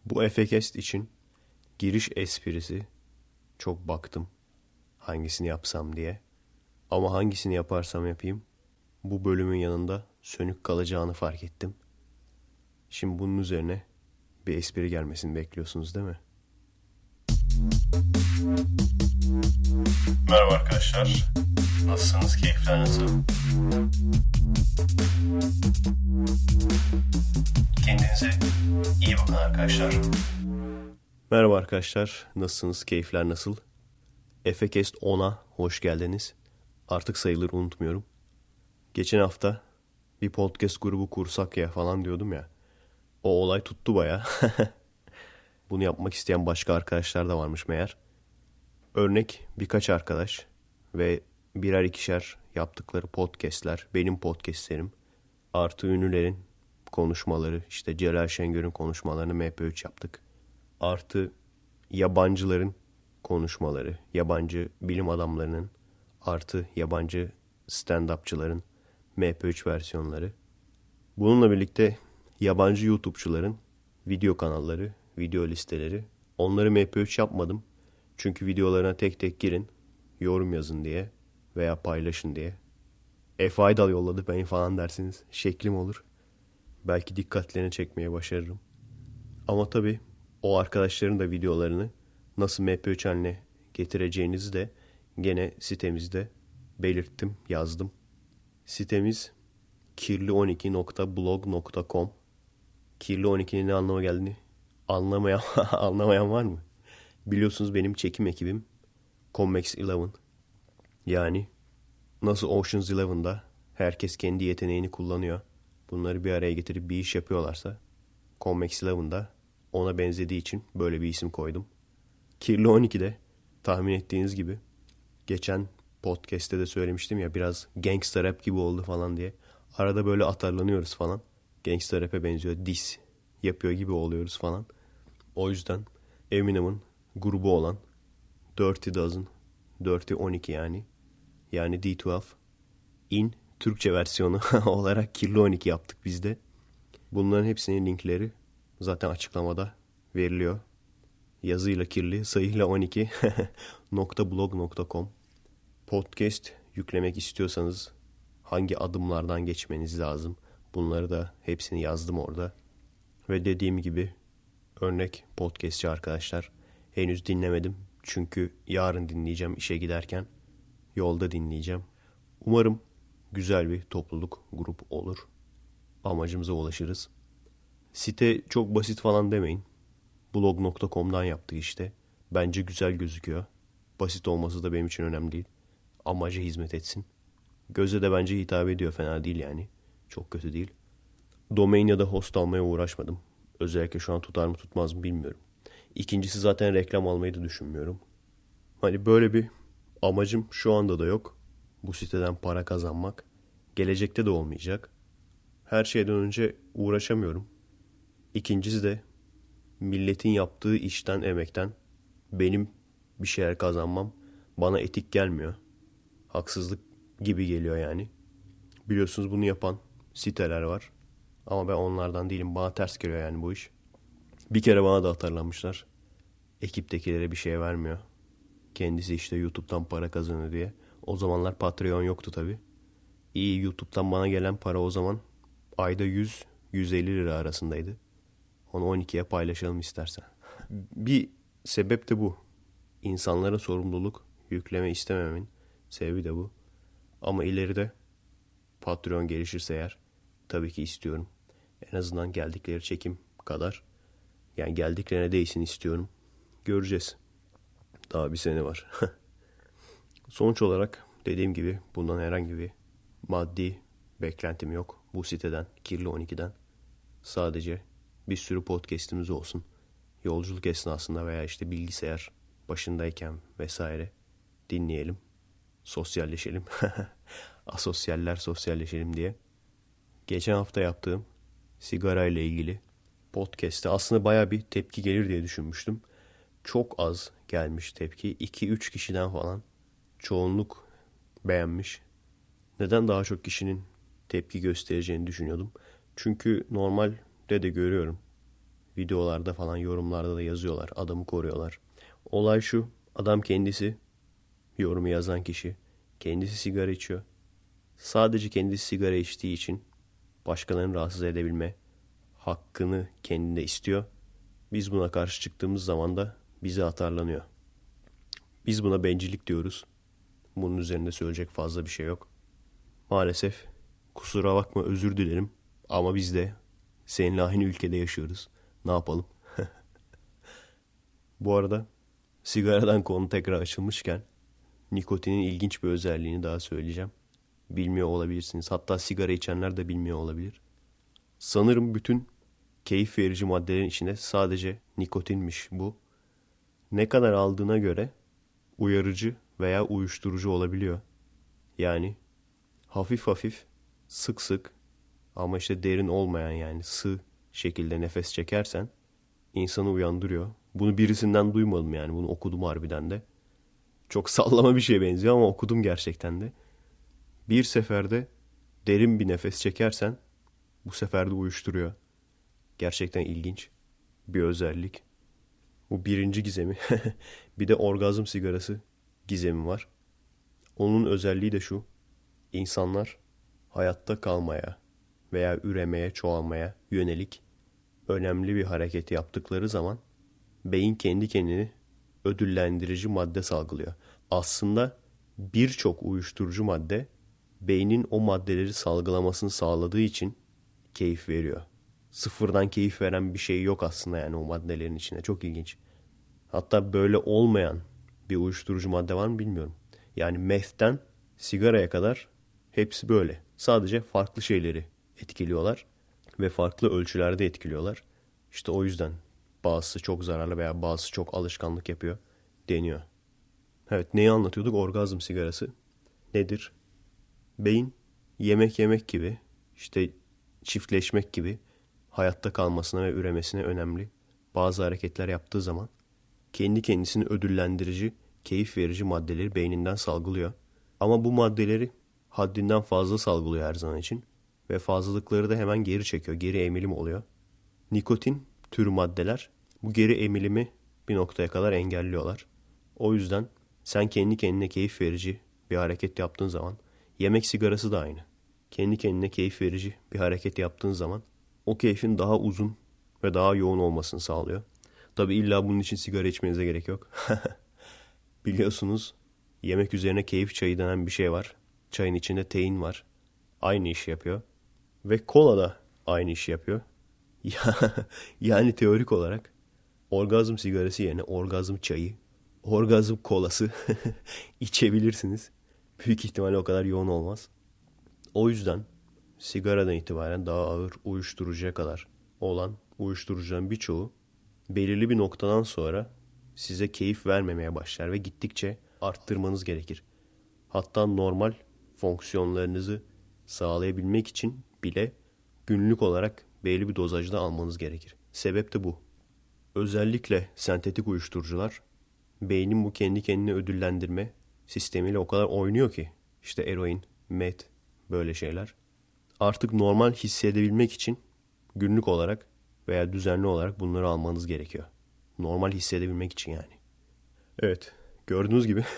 Bu Efekest için giriş esprisi çok baktım hangisini yapsam diye. Ama hangisini yaparsam yapayım bu bölümün yanında sönük kalacağını fark ettim. Şimdi bunun üzerine bir espri gelmesini bekliyorsunuz değil mi? Merhaba arkadaşlar. Nasılsınız? Keyifler nasıl? Kendinize iyi bakın arkadaşlar. Merhaba arkadaşlar. Nasılsınız? Keyifler nasıl? Efekest 10'a hoş geldiniz. Artık sayıları unutmuyorum. Geçen hafta bir podcast grubu kursak ya falan diyordum ya. O olay tuttu baya. Bunu yapmak isteyen başka arkadaşlar da varmış meğer. Örnek birkaç arkadaş ve birer ikişer yaptıkları podcastler, benim podcastlerim, artı ünlülerin konuşmaları, işte Celal Şengör'ün konuşmalarını MP3 yaptık. Artı yabancıların konuşmaları, yabancı bilim adamlarının, artı yabancı stand-upçıların MP3 versiyonları. Bununla birlikte yabancı YouTube'çuların video kanalları, video listeleri. Onları MP3 yapmadım. Çünkü videolarına tek tek girin, yorum yazın diye veya paylaşın diye. F-Idol yolladı ben falan dersiniz. Şeklim olur. Belki dikkatlerini çekmeye başarırım. Ama tabii o arkadaşların da videolarını nasıl MP3 haline getireceğinizi de gene sitemizde belirttim, yazdım. Sitemiz kirli12.blog.com. Kirli 12'nin ne anlama geldiğini anlamayan var mı? Biliyorsunuz benim çekim ekibim Convex 11. Yani nasıl Ocean's 11'da herkes kendi yeteneğini kullanıyor. Bunları bir araya getirip bir iş yapıyorlarsa Convex 11'da ona benzediği için böyle bir isim koydum. Kirli 12'de tahmin ettiğiniz gibi geçen podcast'te de söylemiştim ya biraz gangsta rap gibi oldu falan diye. Arada böyle atarlanıyoruz falan. Gangsta rap'e benziyor. Diss yapıyor gibi oluyoruz falan. O yüzden Eminem'in grubu olan Dirty Dozen, Dirty 12 yani. Yani D12 in Türkçe versiyonu olarak Kirli 12 yaptık biz de. Bunların hepsinin linkleri zaten açıklamada veriliyor. Yazıyla kirli, sayıyla 12 .blog.com. Podcast yüklemek istiyorsanız hangi adımlardan geçmeniz lazım? Bunları da hepsini yazdım orada. Ve dediğim gibi örnek podcastçi arkadaşlar henüz dinlemedim. Çünkü yarın dinleyeceğim işe giderken. Yolda dinleyeceğim. Umarım güzel bir topluluk, grup olur. Amacımıza ulaşırız. Site çok basit falan demeyin. Blog.com'dan yaptık işte. Bence güzel gözüküyor. Basit olması da benim için önemli değil. Amaca hizmet etsin. Göze de bence hitap ediyor. Fena değil yani. Çok kötü değil. Domain ya da host almaya uğraşmadım. Özellikle şu an tutar mı tutmaz mı bilmiyorum. İkincisi zaten reklam almayı da düşünmüyorum. Hani böyle bir amacım şu anda da yok. Bu siteden para kazanmak. Gelecekte de olmayacak. Her şeyden önce uğraşamıyorum. İkincisi de milletin yaptığı işten, emekten benim bir şeyler kazanmam bana etik gelmiyor. Haksızlık gibi geliyor yani. Biliyorsunuz bunu yapan siteler var. Ama ben onlardan değilim. Bana ters geliyor yani bu iş. Bir kere bana da atarlanmışlar. Ekiptekilere bir şey vermiyor. Kendisi işte YouTube'dan para kazanıyor diye. O zamanlar Patreon yoktu tabii. İyi YouTube'dan bana gelen para o zaman ayda 100-150 lira arasındaydı. Onu 12'ye paylaşalım istersen. Bir sebep de bu. İnsanlara sorumluluk yükleme istememin sebebi de bu. Ama ileride Patreon gelişirse eğer tabii ki istiyorum. En azından geldikleri çekim kadar. Yani geldiklerine değsin istiyorum. Göreceğiz. Daha bir sene var. Sonuç olarak dediğim gibi bundan herhangi bir maddi beklentim yok. Bu siteden, Kirli 12'den. Sadece bir sürü podcast'imiz olsun. Yolculuk esnasında veya işte bilgisayar başındayken vesaire dinleyelim. Sosyalleşelim. Asosyaller sosyalleşelim diye. Geçen hafta yaptığım sigara ile ilgili podcast'te aslında baya bir tepki gelir diye düşünmüştüm. Çok az gelmiş tepki. 2-3 kişiden falan. Çoğunluk beğenmiş. Neden daha çok kişinin tepki göstereceğini düşünüyordum. Çünkü normalde de görüyorum. Videolarda falan, yorumlarda da yazıyorlar. Adamı koruyorlar. Olay şu. Adam kendisi, yorumu yazan kişi, kendisi sigara içiyor. Sadece kendisi sigara içtiği için başkalarını rahatsız edebilme hakkını kendinde istiyor. Biz buna karşı çıktığımız zaman da bize atarlanıyor. Biz buna bencillik diyoruz. Bunun üzerinde söyleyecek fazla bir şey yok. Maalesef, kusura bakma, özür dilerim. Ama biz de seninle aynı ülkede yaşıyoruz. Ne yapalım? Bu arada sigaradan konu tekrar açılmışken nikotinin ilginç bir özelliğini daha söyleyeceğim. Bilmiyor olabilirsiniz. Hatta sigara içenler de bilmiyor olabilir. Sanırım bütün keyif verici maddelerin içinde sadece nikotinmiş bu. Ne kadar aldığına göre uyarıcı veya uyuşturucu olabiliyor. Yani hafif hafif, sık sık ama işte derin olmayan, yani sığ şekilde nefes çekersen insanı uyandırıyor. Bunu birisinden duymadım, yani bunu okudum harbiden de. Çok sallama bir şeye benziyor ama okudum gerçekten de. Bir seferde derin bir nefes çekersen bu sefer de uyuşturuyor. Gerçekten ilginç bir özellik. Bu birinci gizemi. Bir de orgazm sigarası gizemi var. Onun özelliği de şu. İnsanlar hayatta kalmaya veya üremeye, çoğalmaya yönelik önemli bir hareket yaptıkları zaman beyin kendi kendini ödüllendirici madde salgılıyor. Aslında birçok uyuşturucu madde beynin o maddeleri salgılamasını sağladığı için keyif veriyor. Sıfırdan keyif veren bir şey yok aslında, yani o maddelerin içinde. Çok ilginç. Hatta böyle olmayan bir uyuşturucu madde var mı bilmiyorum. Yani meth'ten sigaraya kadar hepsi böyle. Sadece farklı şeyleri etkiliyorlar ve farklı ölçülerde etkiliyorlar. İşte o yüzden bazısı çok zararlı veya bazısı çok alışkanlık yapıyor deniyor. Evet, neyi anlatıyorduk? Orgazm sigarası nedir? Beyin yemek yemek gibi, işte çiftleşmek gibi hayatta kalmasına ve üremesine önemli bazı hareketler yaptığı zaman kendi kendisini ödüllendirici, keyif verici maddeleri beyninden salgılıyor. Ama bu maddeleri haddinden fazla salgılıyor her zaman için ve fazlalıkları da hemen geri çekiyor. Geri emilim oluyor. Nikotin türü maddeler bu geri emilimi bir noktaya kadar engelliyorlar. O yüzden sen kendi kendine keyif verici bir hareket yaptığın zaman, yemek sigarası da aynı. Kendi kendine keyif verici bir hareket yaptığın zaman o keyfin daha uzun ve daha yoğun olmasını sağlıyor. Tabi illa bunun için sigara içmenize gerek yok. Biliyorsunuz yemek üzerine keyif çayı denen bir şey var. Çayın içinde tein var. Aynı işi yapıyor. Ve kola da aynı işi yapıyor. Yani teorik olarak orgazm sigarası yerine orgazm çayı, orgazm kolası içebilirsiniz. Büyük ihtimalle o kadar yoğun olmaz. O yüzden sigaradan itibaren daha ağır uyuşturucuya kadar olan uyuşturucuların birçoğu belirli bir noktadan sonra size keyif vermemeye başlar ve gittikçe arttırmanız gerekir. Hatta normal fonksiyonlarınızı sağlayabilmek için bile günlük olarak belli bir dozajda almanız gerekir. Sebep de bu. Özellikle sentetik uyuşturucular beynin bu kendi kendine ödüllendirme sistemiyle o kadar oynuyor ki, işte eroin, meth, böyle şeyler. Artık normal hissedebilmek için günlük olarak veya düzenli olarak bunları almanız gerekiyor. Normal hissedebilmek için yani. Evet, gördüğünüz gibi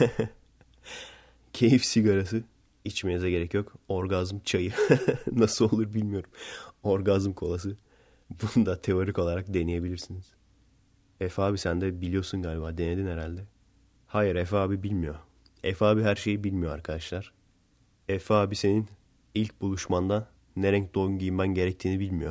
keyif sigarası içmenize gerek yok. Orgazm çayı nasıl olur bilmiyorum. Orgazm kolası. Bunu da teorik olarak deneyebilirsiniz. Efe abi sen de biliyorsun galiba, denedin herhalde. Hayır, Efe abi bilmiyor. Efe abi her şeyi bilmiyor arkadaşlar. Efe abi senin ilk buluşmanda ne renk don giymen gerektiğini bilmiyor.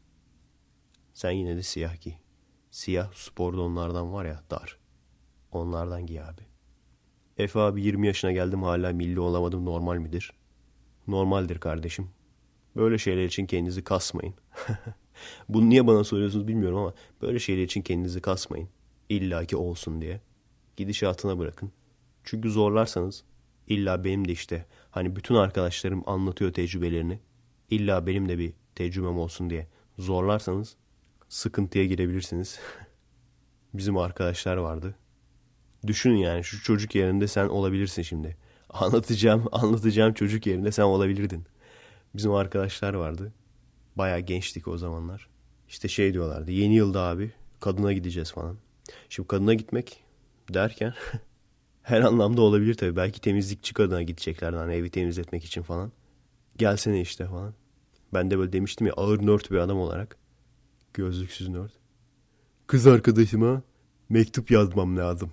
Sen yine de siyah giy. Siyah spor donlardan var ya, dar. Onlardan giy abi. Efe abi 20 yaşına geldim hala milli olamadım normal midir? Normaldir kardeşim. Böyle şeyler için kendinizi kasmayın. Bunu niye bana soruyorsunuz bilmiyorum ama böyle şeyler için kendinizi kasmayın. İlla ki olsun diye. Gidişatına bırakın. Çünkü zorlarsanız illa benim de işte hani bütün arkadaşlarım anlatıyor tecrübelerini. İlla benim de bir tecrübem olsun diye zorlarsanız sıkıntıya girebilirsiniz. Bizim arkadaşlar vardı. Düşünün yani, şu çocuk yerinde sen olabilirsin şimdi. Anlatacağım çocuk yerinde sen olabilirdin. Bizim arkadaşlar vardı. Bayağı gençtik o zamanlar. İşte şey diyorlardı. Yeni yılda abi kadına gideceğiz falan. Şimdi kadına gitmek derken her anlamda olabilir tabii. Belki temizlikçi kadına gideceklerdi hani evi temizletmek için falan. Gelsene işte falan. Ben de böyle demiştim ya ağır nört bir adam olarak. Gözlüksüz nört. Kız arkadaşıma mektup yazmam lazım.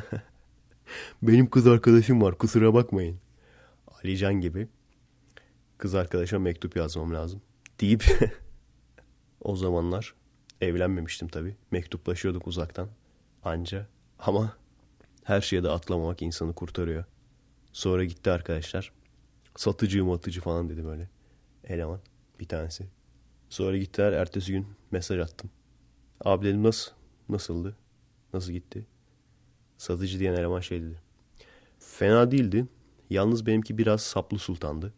Benim kız arkadaşım var kusura bakmayın. Alican gibi kız arkadaşıma mektup yazmam lazım. Deyip o zamanlar evlenmemiştim tabii. Mektuplaşıyorduk uzaktan. Anca. Ama her şeye de atlamamak insanı kurtarıyor. Sonra gitti arkadaşlar. Satıcı matıcı falan dedi böyle. Eleman bir tanesi. Sonra gittiler ertesi gün mesaj attım. Abi dedim nasıl? Nasıldı? Nasıl gitti? Satıcı diyen eleman şey dedi. Fena değildi. Yalnız benimki biraz saplı sultandı.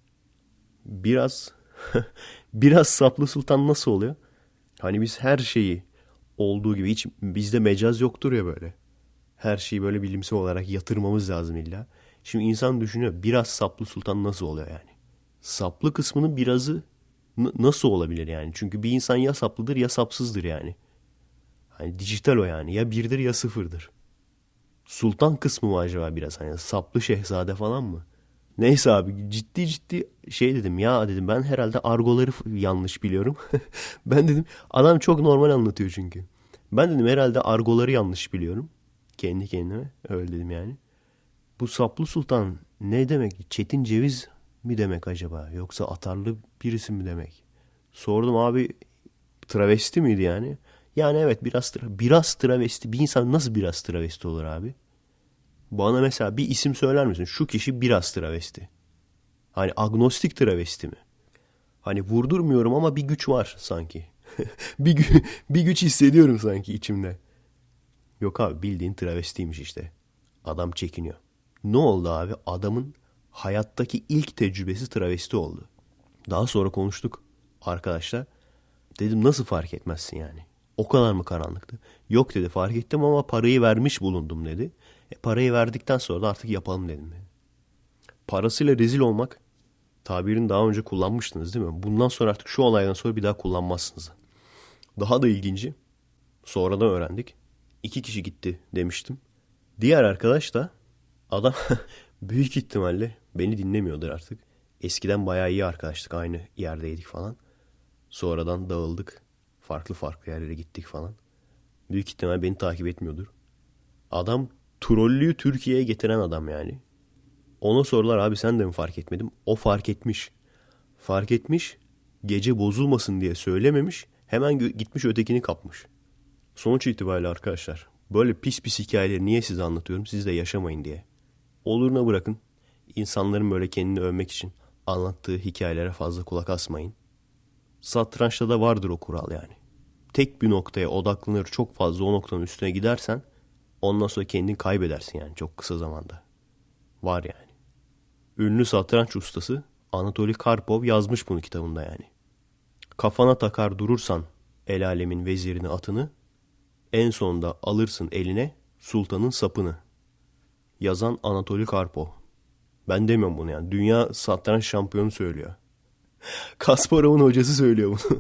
Biraz biraz saplı sultan nasıl oluyor? Hani biz her şeyi olduğu gibi hiç bizde mecaz yoktur ya böyle. Her şeyi böyle bilimsel olarak yatırmamız lazım illa. Şimdi insan düşünüyor biraz saplı sultan nasıl oluyor yani? Saplı kısmının birazı nasıl olabilir yani? Çünkü bir insan ya saplıdır ya sapsızdır yani. Hani dijital o yani. Ya birdir ya sıfırdır. Sultan kısmı mı acaba biraz hani saplı şehzade falan mı? Neyse abi ciddi ciddi şey dedim ya dedim ben herhalde argoları yanlış biliyorum. Ben dedim adam çok normal anlatıyor çünkü. Ben dedim herhalde argoları yanlış biliyorum. Kendi kendime öyle dedim yani. Bu saplı sultan ne demek? Çetin ceviz mi demek acaba? Yoksa atarlı birisi mi demek? Sordum abi travesti miydi yani? Yani evet biraz travesti. Bir insan nasıl biraz travesti olur abi? Bana mesela bir isim söyler misin? Şu kişi biraz travesti. Hani agnostik travesti mi? Hani vurdurmuyorum ama bir güç var sanki. Bir güç hissediyorum sanki içimde. Yok abi bildiğin travestiymiş işte. Adam çekiniyor. Ne oldu abi? Adamın hayattaki ilk tecrübesi travesti oldu. Daha sonra konuştuk arkadaşlar. Dedim nasıl fark etmezsin yani? O kadar mı karanlıktı? Yok dedi fark ettim ama parayı vermiş bulundum dedi. Parayı verdikten sonra da artık yapalım dedim. Parasıyla rezil olmak tabirini daha önce kullanmıştınız değil mi? Bundan sonra artık şu olaydan sonra bir daha kullanmazsınız. Daha da ilginci sonradan öğrendik. 2 kişi gitti demiştim. Diğer arkadaş da adam büyük ihtimalle beni dinlemiyordur artık. Eskiden bayağı iyi arkadaştık aynı yerdeydik falan. Sonradan dağıldık. Farklı farklı yerlere gittik falan. Büyük ihtimal beni takip etmiyordur. Adam trollüyü Türkiye'ye getiren adam yani. Ona sorular abi sen de mi fark etmedin? O fark etmiş. Fark etmiş. Gece bozulmasın diye söylememiş. Hemen gitmiş ötekini kapmış. Sonuç itibariyle arkadaşlar böyle pis pis hikayeleri niye size anlatıyorum? Siz de yaşamayın diye. Oluruna bırakın. İnsanların böyle kendini övmek için anlattığı hikayelere fazla kulak asmayın. Satrançta da vardır o kural yani. Tek bir noktaya odaklanır çok fazla o noktanın üstüne gidersen ondan sonra kendini kaybedersin yani çok kısa zamanda. Var yani. Ünlü satranç ustası Anatoly Karpov yazmış bunu kitabında yani. Kafana takar durursan el alemin vezirini atını, en sonunda alırsın eline sultanın sapını. Yazan Anatoly Karpov. Ben demiyorum bunu yani. Dünya satranç şampiyonu söylüyor. Kasparov'un hocası söylüyor bunu.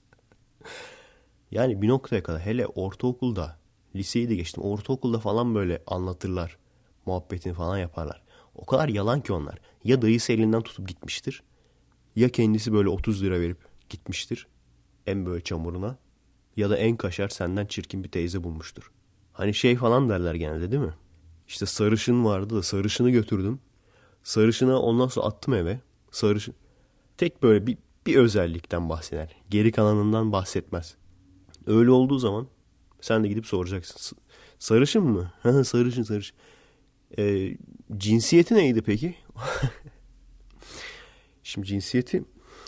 Yani bir noktaya kadar hele ortaokulda, liseyi de geçtim. Ortaokulda falan böyle anlatırlar. Muhabbetini falan yaparlar. O kadar yalan ki onlar. Ya dayısı elinden tutup gitmiştir. Ya kendisi böyle 30 lira verip gitmiştir. En böyle çamuruna. Ya da en kaşar senden çirkin bir teyze bulmuştur. Hani şey falan derler genelde değil mi? İşte sarışın vardı da sarışını götürdüm. Sarışına ondan sonra attım eve. Sarışın. Tek böyle bir özellikten bahseder. Geri kalanından bahsetmez. Öyle olduğu zaman sen de gidip soracaksın. Sarışın mı? Ha, sarışın sarışın. Cinsiyeti neydi peki? Şimdi cinsiyeti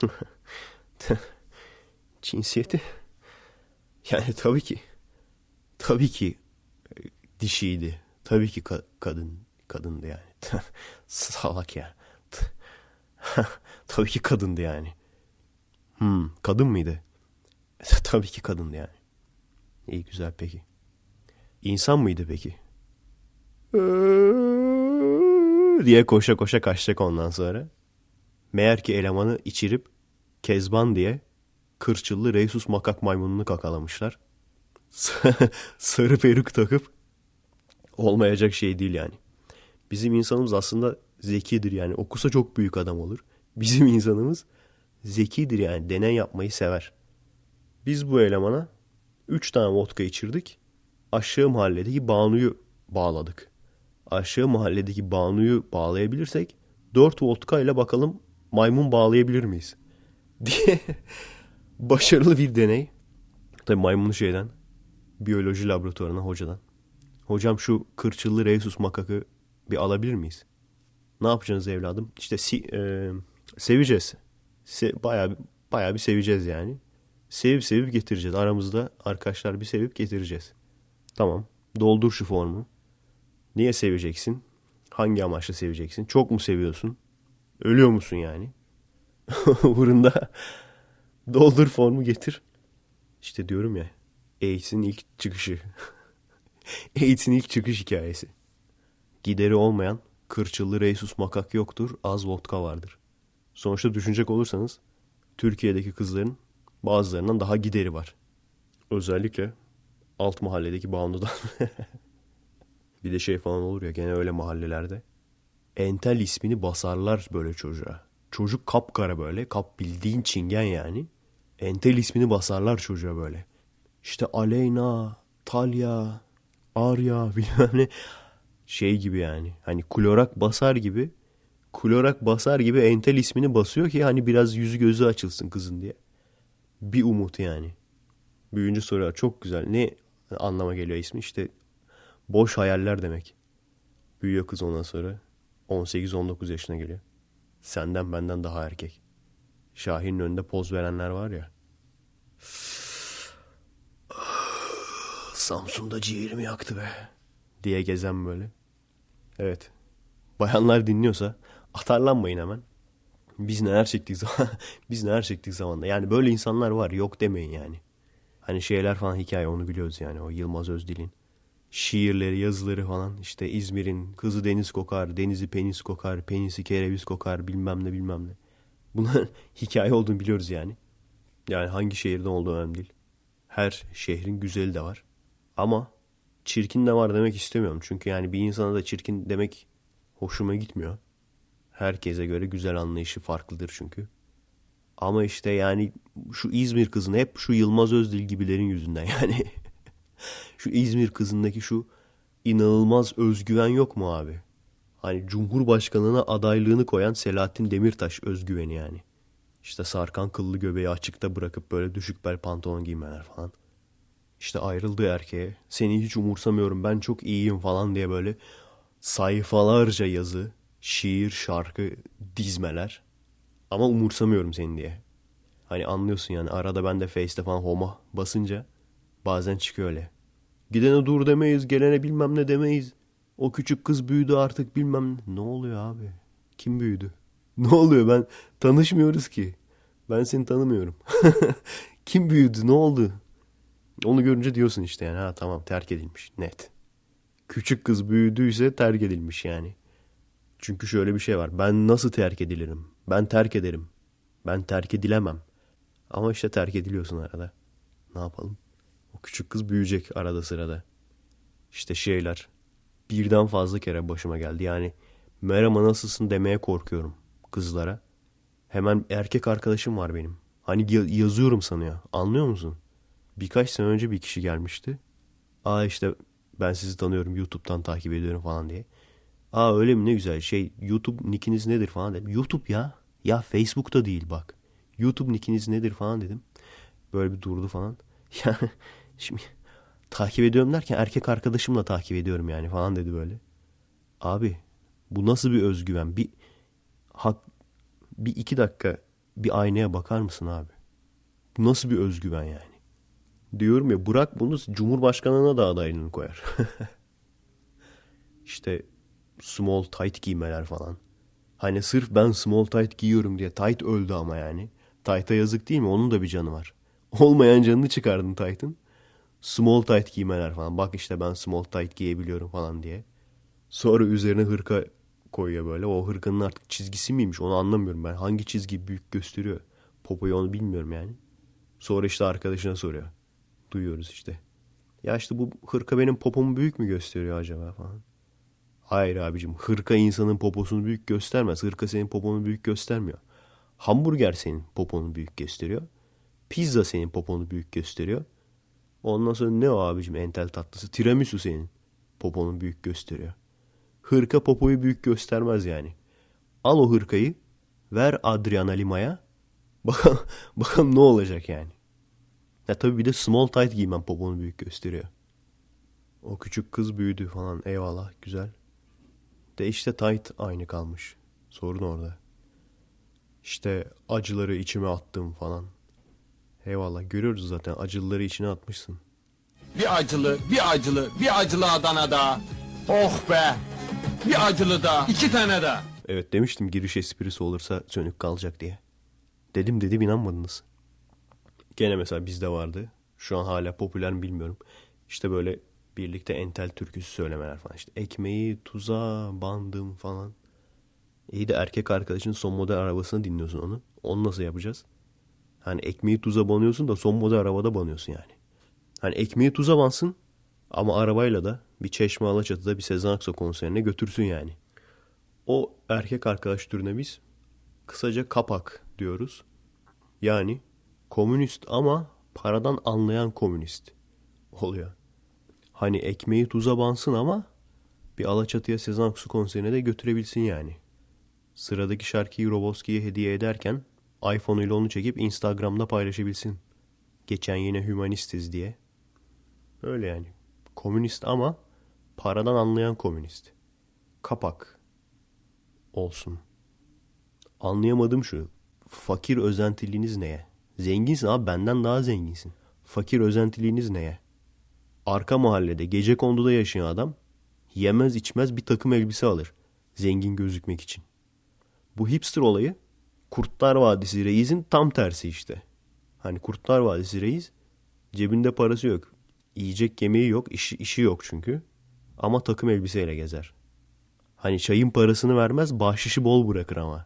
cinsiyeti yani tabii ki dişiydi. Tabii ki kadındı yani. Salak ya. Tabii ki kadındı yani. Kadın mıydı? Tabii ki kadındı yani. İyi güzel peki. İnsan mıydı peki? Diye koşa koşa kaçacak ondan sonra. Meğer ki elemanı içirip Kezban diye kırçıllı Rhesus makak maymununu kakalamışlar. Sarı peruk takıp olmayacak şey değil yani. Bizim insanımız aslında zekidir yani. Okusa çok büyük adam olur. Bizim insanımız zekidir yani. Deney yapmayı sever. Biz bu elemana 3 tane vodka içirdik. Aşağı mahalledeki Banu'yu bağladık. Aşağı mahalledeki Banu'yu bağlayabilirsek 4 vodka ile bakalım maymun bağlayabilir miyiz? Diye başarılı bir deney. Tabii maymunu biyoloji laboratuvarına hocadan. Hocam şu kırçıllı Rhesus makakı bir alabilir miyiz? Ne yapacaksınız evladım? İşte seveceğiz. Bayağı bir seveceğiz yani. Sevip getireceğiz. Aramızda arkadaşlar bir sevip getireceğiz. Tamam. Doldur şu formu. Niye seveceksin? Hangi amaçla seveceksin? Çok mu seviyorsun? Ölüyor musun yani? Uğrunda doldur formu getir. İşte diyorum ya. AIDS'in ilk çıkışı. AIDS'in ilk çıkış hikayesi. Gideri olmayan kırçıllı Rhesus makak yoktur, az vodka vardır. Sonuçta düşünecek olursanız Türkiye'deki kızların bazılarından daha gideri var. Özellikle alt mahalledeki Banu'dan. Bir de şey falan olur ya gene öyle mahallelerde. Entel ismini basarlar böyle çocuğa. Çocuk kapkara böyle. Kap bildiğin çingen yani. Entel ismini basarlar çocuğa böyle. İşte Aleyna, Talya, Arya bilmem ne. Şey gibi yani. Hani klorak basar gibi. Klorak basar gibi entel ismini basıyor ki hani biraz yüzü gözü açılsın kızın diye. Bir umut yani. Büyüyünce soruyor. Çok güzel. Ne anlama geliyor ismi? İşte boş hayaller demek. Büyüyor kız ondan sonra. 18-19 yaşına geliyor. Senden benden daha erkek. Şahin'in önünde poz verenler var ya. Samsun'da ciğerimi yaktı be. Diye gezen böyle. Evet. Bayanlar dinliyorsa atarlanmayın hemen. Biz neler çektik zaman biz neler çektik zamanda. Yani böyle insanlar var yok demeyin yani. Hani şeyler falan hikaye onu biliyoruz yani o Yılmaz Özdil'in. Şiirleri, yazıları falan işte İzmir'in kızı deniz kokar, denizi penis kokar, penisi kereviz kokar bilmem ne bilmem ne. Bunlar hikaye olduğunu biliyoruz yani. Yani hangi şehirden olduğu önemli değil. Her şehrin güzeli de var. Ama çirkin de var demek istemiyorum. Çünkü yani bir insana da çirkin demek hoşuma gitmiyor. Herkese göre güzel anlayışı farklıdır çünkü. Ama işte yani şu İzmir kızını hep şu Yılmaz Özdil gibilerin yüzünden yani. Şu İzmir kızındaki şu inanılmaz özgüven yok mu abi? Hani Cumhurbaşkanlığına adaylığını koyan Selahattin Demirtaş özgüveni yani. İşte sarkan kıllı göbeği açıkta bırakıp böyle düşük bel pantolon giymeler falan. İşte ayrıldığı erkeğe seni hiç umursamıyorum ben çok iyiyim falan diye böyle sayfalarca yazı, şiir, şarkı dizmeler. Ama umursamıyorum seni diye. Hani anlıyorsun yani arada ben de Face'te falan homa basınca bazen çıkıyor öyle. Gidene dur demeyiz, gelene bilmem ne demeyiz. O küçük kız büyüdü artık bilmem ne. Ne oluyor abi? Kim büyüdü? Ne oluyor ben tanışmıyoruz ki. Ben seni tanımıyorum. Kim büyüdü? Ne oldu? Onu görünce diyorsun işte yani ha tamam terk edilmiş net. Küçük kız büyüdüyse terk edilmiş yani. Çünkü şöyle bir şey var. Ben nasıl terk edilirim? Ben terk ederim. Ben terk edilemem. Ama işte terk ediliyorsun arada. Ne yapalım? O küçük kız büyüyecek arada sırada. İşte şeyler. Birden fazla kere başıma geldi. Yani merhaba nasılsın demeye korkuyorum kızlara. Hemen erkek arkadaşım var benim. Hani yazıyorum sanıyor. Anlıyor musun? Birkaç sene önce bir kişi gelmişti. Aa işte ben sizi tanıyorum YouTube'dan takip ediyorum falan diye. Aa öyle mi ne güzel YouTube nickiniz nedir falan dedim. YouTube ya. Ya Facebook'ta değil bak. YouTube nickiniz nedir falan dedim. Böyle bir durdu falan. Ya şimdi takip ediyorum derken erkek arkadaşımla takip ediyorum yani falan dedi böyle. Abi bu nasıl bir özgüven? Hak, bir 2 dakika bir aynaya bakar mısın abi? Bu nasıl bir özgüven yani? Diyorum ya bırak bunu Cumhurbaşkanlığına da adaylığını koyar. İşte small tight giymeler falan. Hani sırf ben small tight giyiyorum diye tight öldü ama yani. Tight'a yazık değil mi? Onun da bir canı var. Olmayan canını çıkardın tight'ın. Small tight giymeler falan. Bak işte ben small tight giyebiliyorum falan diye. Sonra üzerine hırka koyuyor böyle. O hırkanın artık çizgisi miymiş onu anlamıyorum ben. Hangi çizgi büyük gösteriyor? Popoyu onu bilmiyorum yani. Sonra işte arkadaşına soruyor. Duyuyoruz işte. Ya işte bu hırka benim popomu büyük mü gösteriyor acaba falan. Hayır abicim, hırka insanın poposunu büyük göstermez. Hırka senin poponu büyük göstermiyor. Hamburger senin poponu büyük gösteriyor. Pizza senin poponu büyük gösteriyor. Ondan sonra ne o abicim entel tatlısı? Tiramisu senin poponu büyük gösteriyor. Hırka popoyu büyük göstermez yani. Al o hırkayı, ver Adriana Lima'ya. Bakalım, bakalım ne olacak yani. Ya tabii bir de small tight giymem poponu büyük gösteriyor. O küçük kız büyüdü falan, eyvallah, güzel. De işte tight aynı kalmış. Sorun orada. İşte acıları içime attım falan. Eyvallah, görüyoruz zaten acıları içine atmışsın. Bir acılı, bir acılı, bir acılı Adana daha. Oh be! Bir acılı daha, 2 tane daha. Evet, demiştim giriş esprisi olursa sönük kalacak diye. Dedim inanmadınız. Gene mesela bizde vardı. Şu an hala popüler mi bilmiyorum. İşte böyle birlikte entel türküsü söylemeler falan. İşte ekmeği tuza bandım falan. İyi de erkek arkadaşın son model arabasını dinliyorsun onu. Onu nasıl yapacağız? Hani ekmeği tuza banıyorsun da son model arabada banıyorsun yani. Hani ekmeği tuza bansın ama arabayla da bir Çeşme Alaçatı'da bir Sezen Aksu konserine götürsün yani. O erkek arkadaş türüne biz kısaca kapak diyoruz. Yani komünist ama paradan anlayan komünist oluyor. Hani ekmeği tuza bansın ama bir Alaçatı'ya Sezen Aksu konserine de götürebilsin yani. Sıradaki şarkıyı Roboski'ye hediye ederken iPhone ile onu çekip Instagram'da paylaşabilsin. Geçen yine hümanistiz diye. Öyle yani. Komünist ama paradan anlayan komünist. Kapak olsun. Anlayamadığım şu. Fakir özentiliğiniz neye? Zenginsin abi, benden daha zenginsin. Fakir özentiliğiniz neye? Arka mahallede gecekonduda yaşayan adam yemez içmez bir takım elbise alır. Zengin gözükmek için. Bu hipster olayı Kurtlar Vadisi Reis'in tam tersi işte. Hani Kurtlar Vadisi Reis cebinde parası yok. Yiyecek yemeği yok, işi yok çünkü. Ama takım elbiseyle gezer. Hani çayın parasını vermez, bahşişi bol bırakır ama.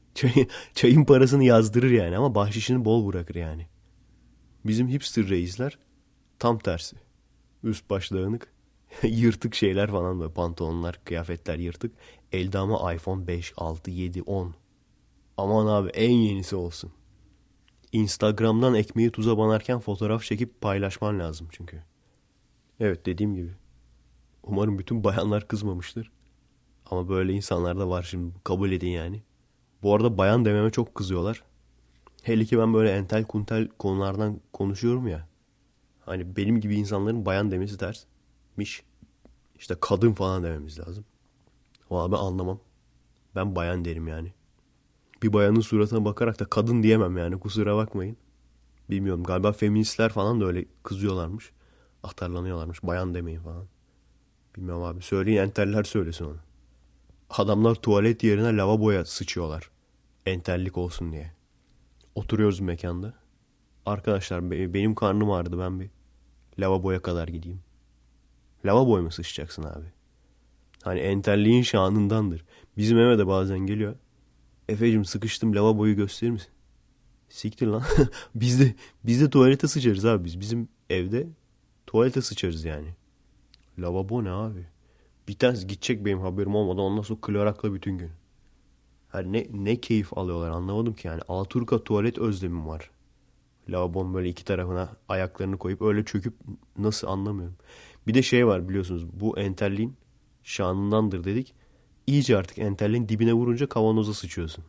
Çayın parasını yazdırır yani ama bahşişini bol bırakır yani. Bizim hipster reisler tam tersi. Üst baş dağınık, yırtık şeyler falan böyle, pantolonlar, kıyafetler yırtık. Elde ama iPhone 5, 6, 7, 10. Aman abi en yenisi olsun. Instagram'dan ekmeği tuza banarken fotoğraf çekip paylaşman lazım çünkü. Evet, dediğim gibi. Umarım bütün bayanlar kızmamıştır. Ama böyle insanlar da var şimdi, kabul edin yani. Bu arada bayan dememe çok kızıyorlar. Hele ki ben böyle entel kuntel konulardan konuşuyorum ya. Hani benim gibi insanların bayan demesi tersmiş. İşte kadın falan dememiz lazım. Valla ben anlamam. Ben bayan derim yani. Bir bayanın suratına bakarak da kadın diyemem yani, kusura bakmayın. Bilmiyorum, galiba feministler falan da öyle kızıyorlarmış. Atarlanıyorlarmış, bayan demeyin falan. Bilmiyorum abi, söyleyin, enteller söylesin onu. Adamlar tuvalet yerine lavaboya sıçıyorlar. Entellik olsun diye. Oturuyoruz mekanda. Arkadaşlar benim karnım ağrıdı, ben bir lavaboya kadar gideyim. Lavaboya mı sıçacaksın abi? Hani entelliğin şanındandır. Bizim eve de bazen geliyor. Efecim sıkıştım, lavaboyu gösterir misin? Siktir lan. biz de tuvalete sıçarız abi biz. Bizim evde tuvalete sıçarız yani. Lavabo ne abi? Bir tanesi gidecek benim haberim olmadan, ondan sonra klorakla bütün gün. Hani ne keyif alıyorlar anlamadım ki yani. Alaturka tuvalet özlemim var. Lavabonun böyle iki tarafına ayaklarını koyup öyle çöküp nasıl, anlamıyorum. Bir de şey var biliyorsunuz, bu entelliğin şanındandır dedik. İyice artık entelliğin dibine vurunca kavanoza sıçıyorsun.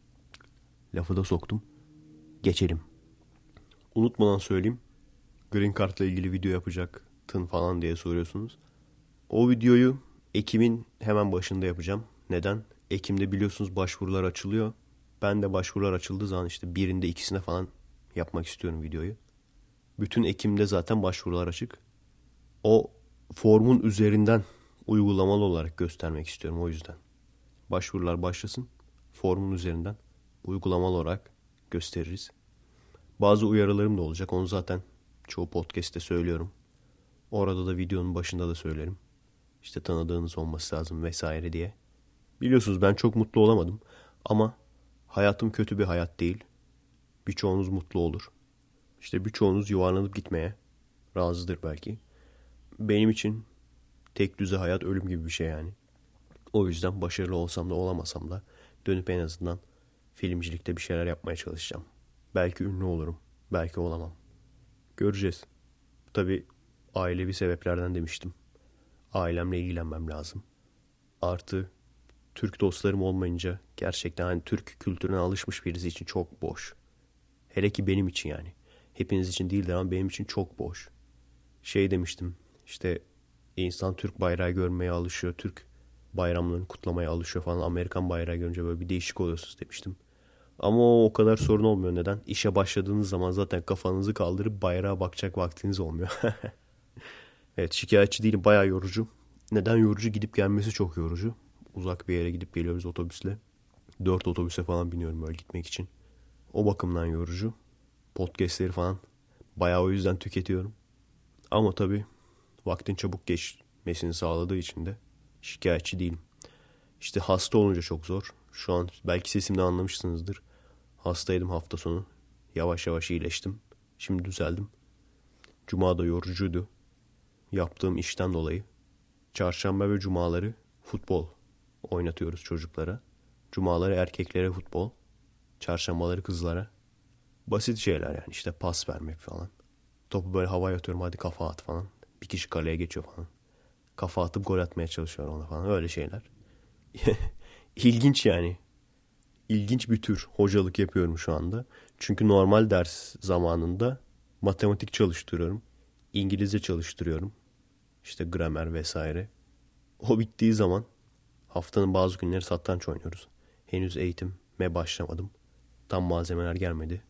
Lafı da soktum. Geçelim. Unutmadan söyleyeyim. Green Card'la ilgili video yapacaktın falan diye soruyorsunuz. O videoyu Ekim'in hemen başında yapacağım. Neden? Ekim'de biliyorsunuz başvurular açılıyor. Ben de başvurular açıldığı zaman işte birinde ikisine falan yapmak istiyorum videoyu. Bütün Ekim'de zaten başvurular açık. O formun üzerinden uygulamalı olarak göstermek istiyorum o yüzden. Başvurular başlasın. Formun üzerinden uygulamalı olarak gösteririz. Bazı uyarılarım da olacak. Onu zaten çoğu podcast'te söylüyorum. Orada da videonun başında da söylerim. İşte tanıdığınız olması lazım vesaire diye. Biliyorsunuz ben çok mutlu olamadım. Ama hayatım kötü bir hayat değil. Birçoğunuz mutlu olur. İşte birçoğunuz yuvarlanıp gitmeye razıdır belki. Benim için tek düze hayat ölüm gibi bir şey yani. O yüzden başarılı olsam da olamasam da dönüp en azından filmcilikte bir şeyler yapmaya çalışacağım. Belki ünlü olurum, belki olamam. Göreceğiz. Tabii ailevi sebeplerden demiştim. Ailemle ilgilenmem lazım. Artı Türk dostlarım olmayınca gerçekten hani Türk kültürüne alışmış birisi için çok boş. Hele ki benim için yani. Hepiniz için değildir ama benim için çok boş. Şey demiştim işte insan Türk bayrağı görmeye alışıyor. Türk bayramlarını kutlamaya alışıyor falan. Amerikan bayrağı görünce böyle bir değişik oluyorsunuz demiştim. Ama o kadar sorun olmuyor. Neden? İşe başladığınız zaman zaten kafanızı kaldırıp bayrağa bakacak vaktiniz olmuyor. Evet, şikayetçi değilim, bayağı yorucu. Neden yorucu? Gidip gelmesi çok yorucu. Uzak bir yere gidip geliyoruz otobüsle. 4 otobüse falan biniyorum böyle gitmek için. O bakımdan yorucu. Podcastleri falan bayağı o yüzden tüketiyorum. Ama tabii vaktin çabuk geçmesini sağladığı için de şikayetçi değilim. İşte hasta olunca çok zor. Şu an belki sesimden anlamışsınızdır. Hastaydım hafta sonu. Yavaş yavaş iyileştim. Şimdi düzeldim. Cuma da yorucuydu. Yaptığım işten dolayı. Çarşamba ve cumaları futbol oynatıyoruz çocuklara. Cumaları erkeklere futbol. Çarşambaları kızlara. Basit şeyler yani işte pas vermek falan. Topu böyle havaya atıyorum, hadi kafa at falan. Bir kişi kaleye geçiyor falan. Kafa atıp gol atmaya çalışıyor ona falan, öyle şeyler. İlginç yani. İlginç bir tür hocalık yapıyorum şu anda. Çünkü normal ders zamanında matematik çalıştırıyorum. İngilizce çalıştırıyorum. İşte gramer vesaire. O bittiği zaman haftanın bazı günleri satranç oynuyoruz. Henüz eğitime başlamadım. Tam malzemeler gelmedi.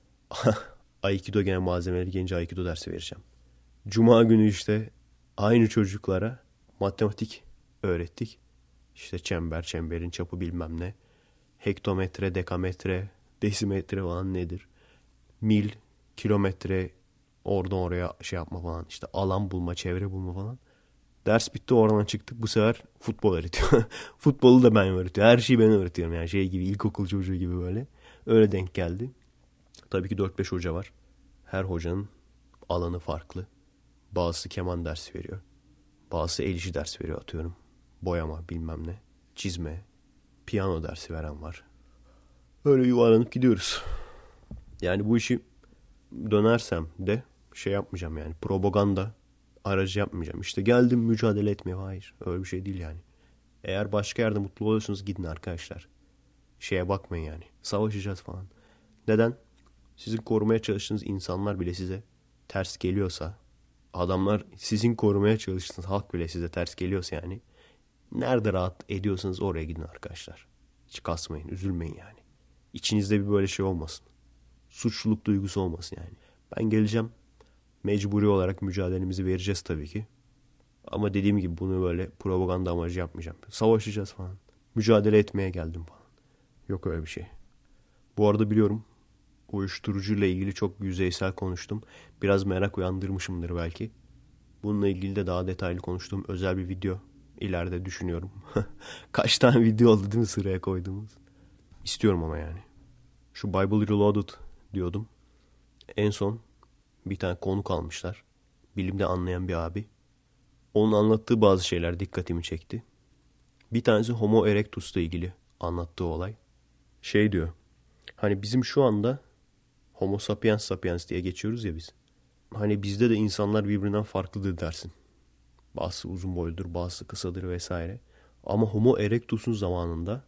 Aikido gene malzemeleri gelince Aikido dersi vereceğim. Cuma günü işte aynı çocuklara matematik öğrettik. İşte çember, çemberin çapı bilmem ne. Hektometre, dekametre, desimetre falan nedir? Mil, kilometre, oradan oraya şey yapma falan. İşte alan bulma, çevre bulma falan. Ders bitti, oradan çıktık. Bu sefer futbol öğretiyor. Futbolu da ben öğretiyorum. Her şeyi ben öğretiyorum. Yani şey gibi, ilkokul çocuğu gibi böyle. Öyle denk geldi. Tabii ki 4-5 hoca var. Her hocanın alanı farklı. Bazısı keman dersi veriyor. Bazısı el işi ders veriyor atıyorum. Boyama bilmem ne. Çizme. Piyano dersi veren var. Öyle yuvarlanıp gidiyoruz. Yani bu işi dönersem de şey yapmayacağım yani. Propaganda aracı yapmayacağım. İşte geldim mücadele etmeye. Hayır. Öyle bir şey değil yani. Eğer başka yerde mutlu oluyorsunuz gidin arkadaşlar. Şeye bakmayın yani. Savaşacağız falan. Neden? Sizin korumaya çalıştığınız insanlar bile size ters geliyorsa, adamlar sizin korumaya çalıştığınız halk bile size ters geliyorsa yani, nerede rahat ediyorsanız oraya gidin arkadaşlar. Hiç kasmayın, üzülmeyin yani. İçinizde bir böyle şey olmasın. Suçluluk duygusu olmasın yani. Ben geleceğim, mecburi olarak mücadelemizi vereceğiz tabii ki. Ama dediğim gibi bunu böyle propaganda amacı yapmayacağım. Savaşacağız falan. Mücadele etmeye geldim falan. Yok öyle bir şey. Bu arada biliyorum, uyuşturucuyla ilgili çok yüzeysel konuştum. Biraz merak uyandırmışımdır belki. Bununla ilgili de daha detaylı konuştuğum özel bir video ileride düşünüyorum. Kaç tane video oldu değil mi sıraya koyduğumuz? İstiyorum ama yani. Şu Bible Reloaded diyordum. En son bir tane konuk almışlar. Bilimde anlayan bir abi. Onun anlattığı bazı şeyler dikkatimi çekti. Bir tanesi Homo erectus'la ilgili anlattığı olay. Şey diyor. Hani bizim şu anda Homo sapiens sapiens diye geçiyoruz ya biz. Hani bizde de insanlar birbirinden farklıdır dersin. Bazısı uzun boyludur, bazısı kısadır vesaire. Ama Homo erectus'un zamanında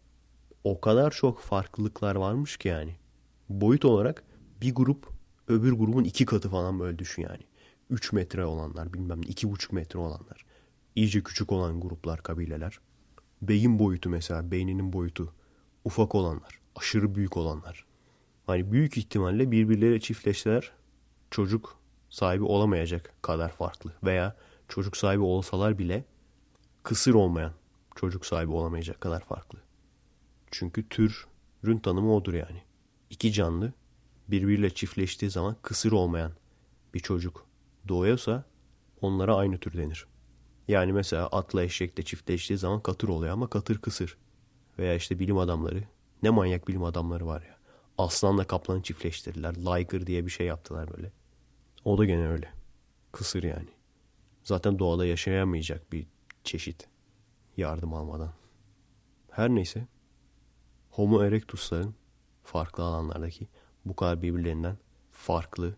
o kadar çok farklılıklar varmış ki yani. Boyut olarak bir grup öbür grubun 2 katı falan böyle düşün yani. 3 metre olanlar, bilmem ne 2,5 metre olanlar. İyice küçük olan gruplar, kabileler. Beyin boyutu mesela, beyninin boyutu ufak olanlar, aşırı büyük olanlar. Hani büyük ihtimalle birbirleriyle çiftleşseler çocuk sahibi olamayacak kadar farklı. Veya çocuk sahibi olsalar bile kısır olmayan çocuk sahibi olamayacak kadar farklı. Çünkü türün tanımı odur yani. İki canlı birbiriyle çiftleştiği zaman kısır olmayan bir çocuk doğuyorsa onlara aynı tür denir. Yani mesela atla eşek de çiftleştiği zaman katır oluyor ama katır kısır. Veya işte bilim adamları, ne manyak bilim adamları var ya. Aslanla kaplanı çiftleştirdiler. Liger diye bir şey yaptılar böyle. O da gene öyle. Kısır yani. Zaten doğada yaşayamayacak bir çeşit. Yardım almadan. Her neyse. Homo erectus'ların farklı alanlardaki bu kadar birbirlerinden farklı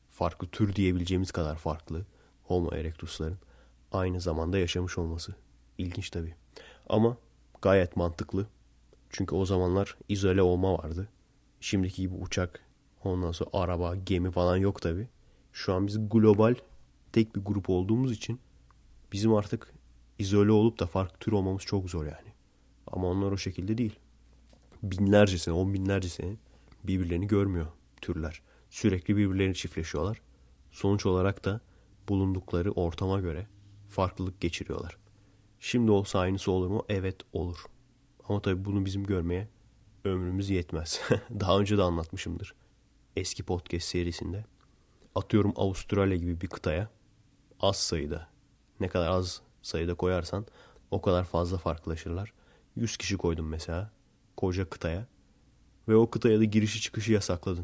tür diyebileceğimiz kadar farklı Homo erectus'ların aynı zamanda yaşamış olması. İlginç tabii. Ama gayet mantıklı. Çünkü o zamanlar izole olma vardı. Şimdiki gibi uçak, ondan sonra araba, gemi falan yok tabii. Şu an biz global tek bir grup olduğumuz için bizim artık izole olup da farklı tür olmamız çok zor yani. Ama onlar o şekilde değil. Binlerce sene, 10 binlerce sene birbirlerini görmüyor türler. Sürekli birbirlerini çiftleşiyorlar. Sonuç olarak da bulundukları ortama göre farklılık geçiriyorlar. Şimdi olsa aynısı olur mu? Evet, olur. Ama tabii bunu bizim görmeye ömrümüz yetmez. Daha önce de anlatmışımdır. Eski podcast serisinde. Atıyorum Avustralya gibi bir kıtaya az sayıda, ne kadar az sayıda koyarsan o kadar fazla farklılaşırlar. 100 kişi koydum mesela koca kıtaya ve o kıtaya da girişi çıkışı yasakladın.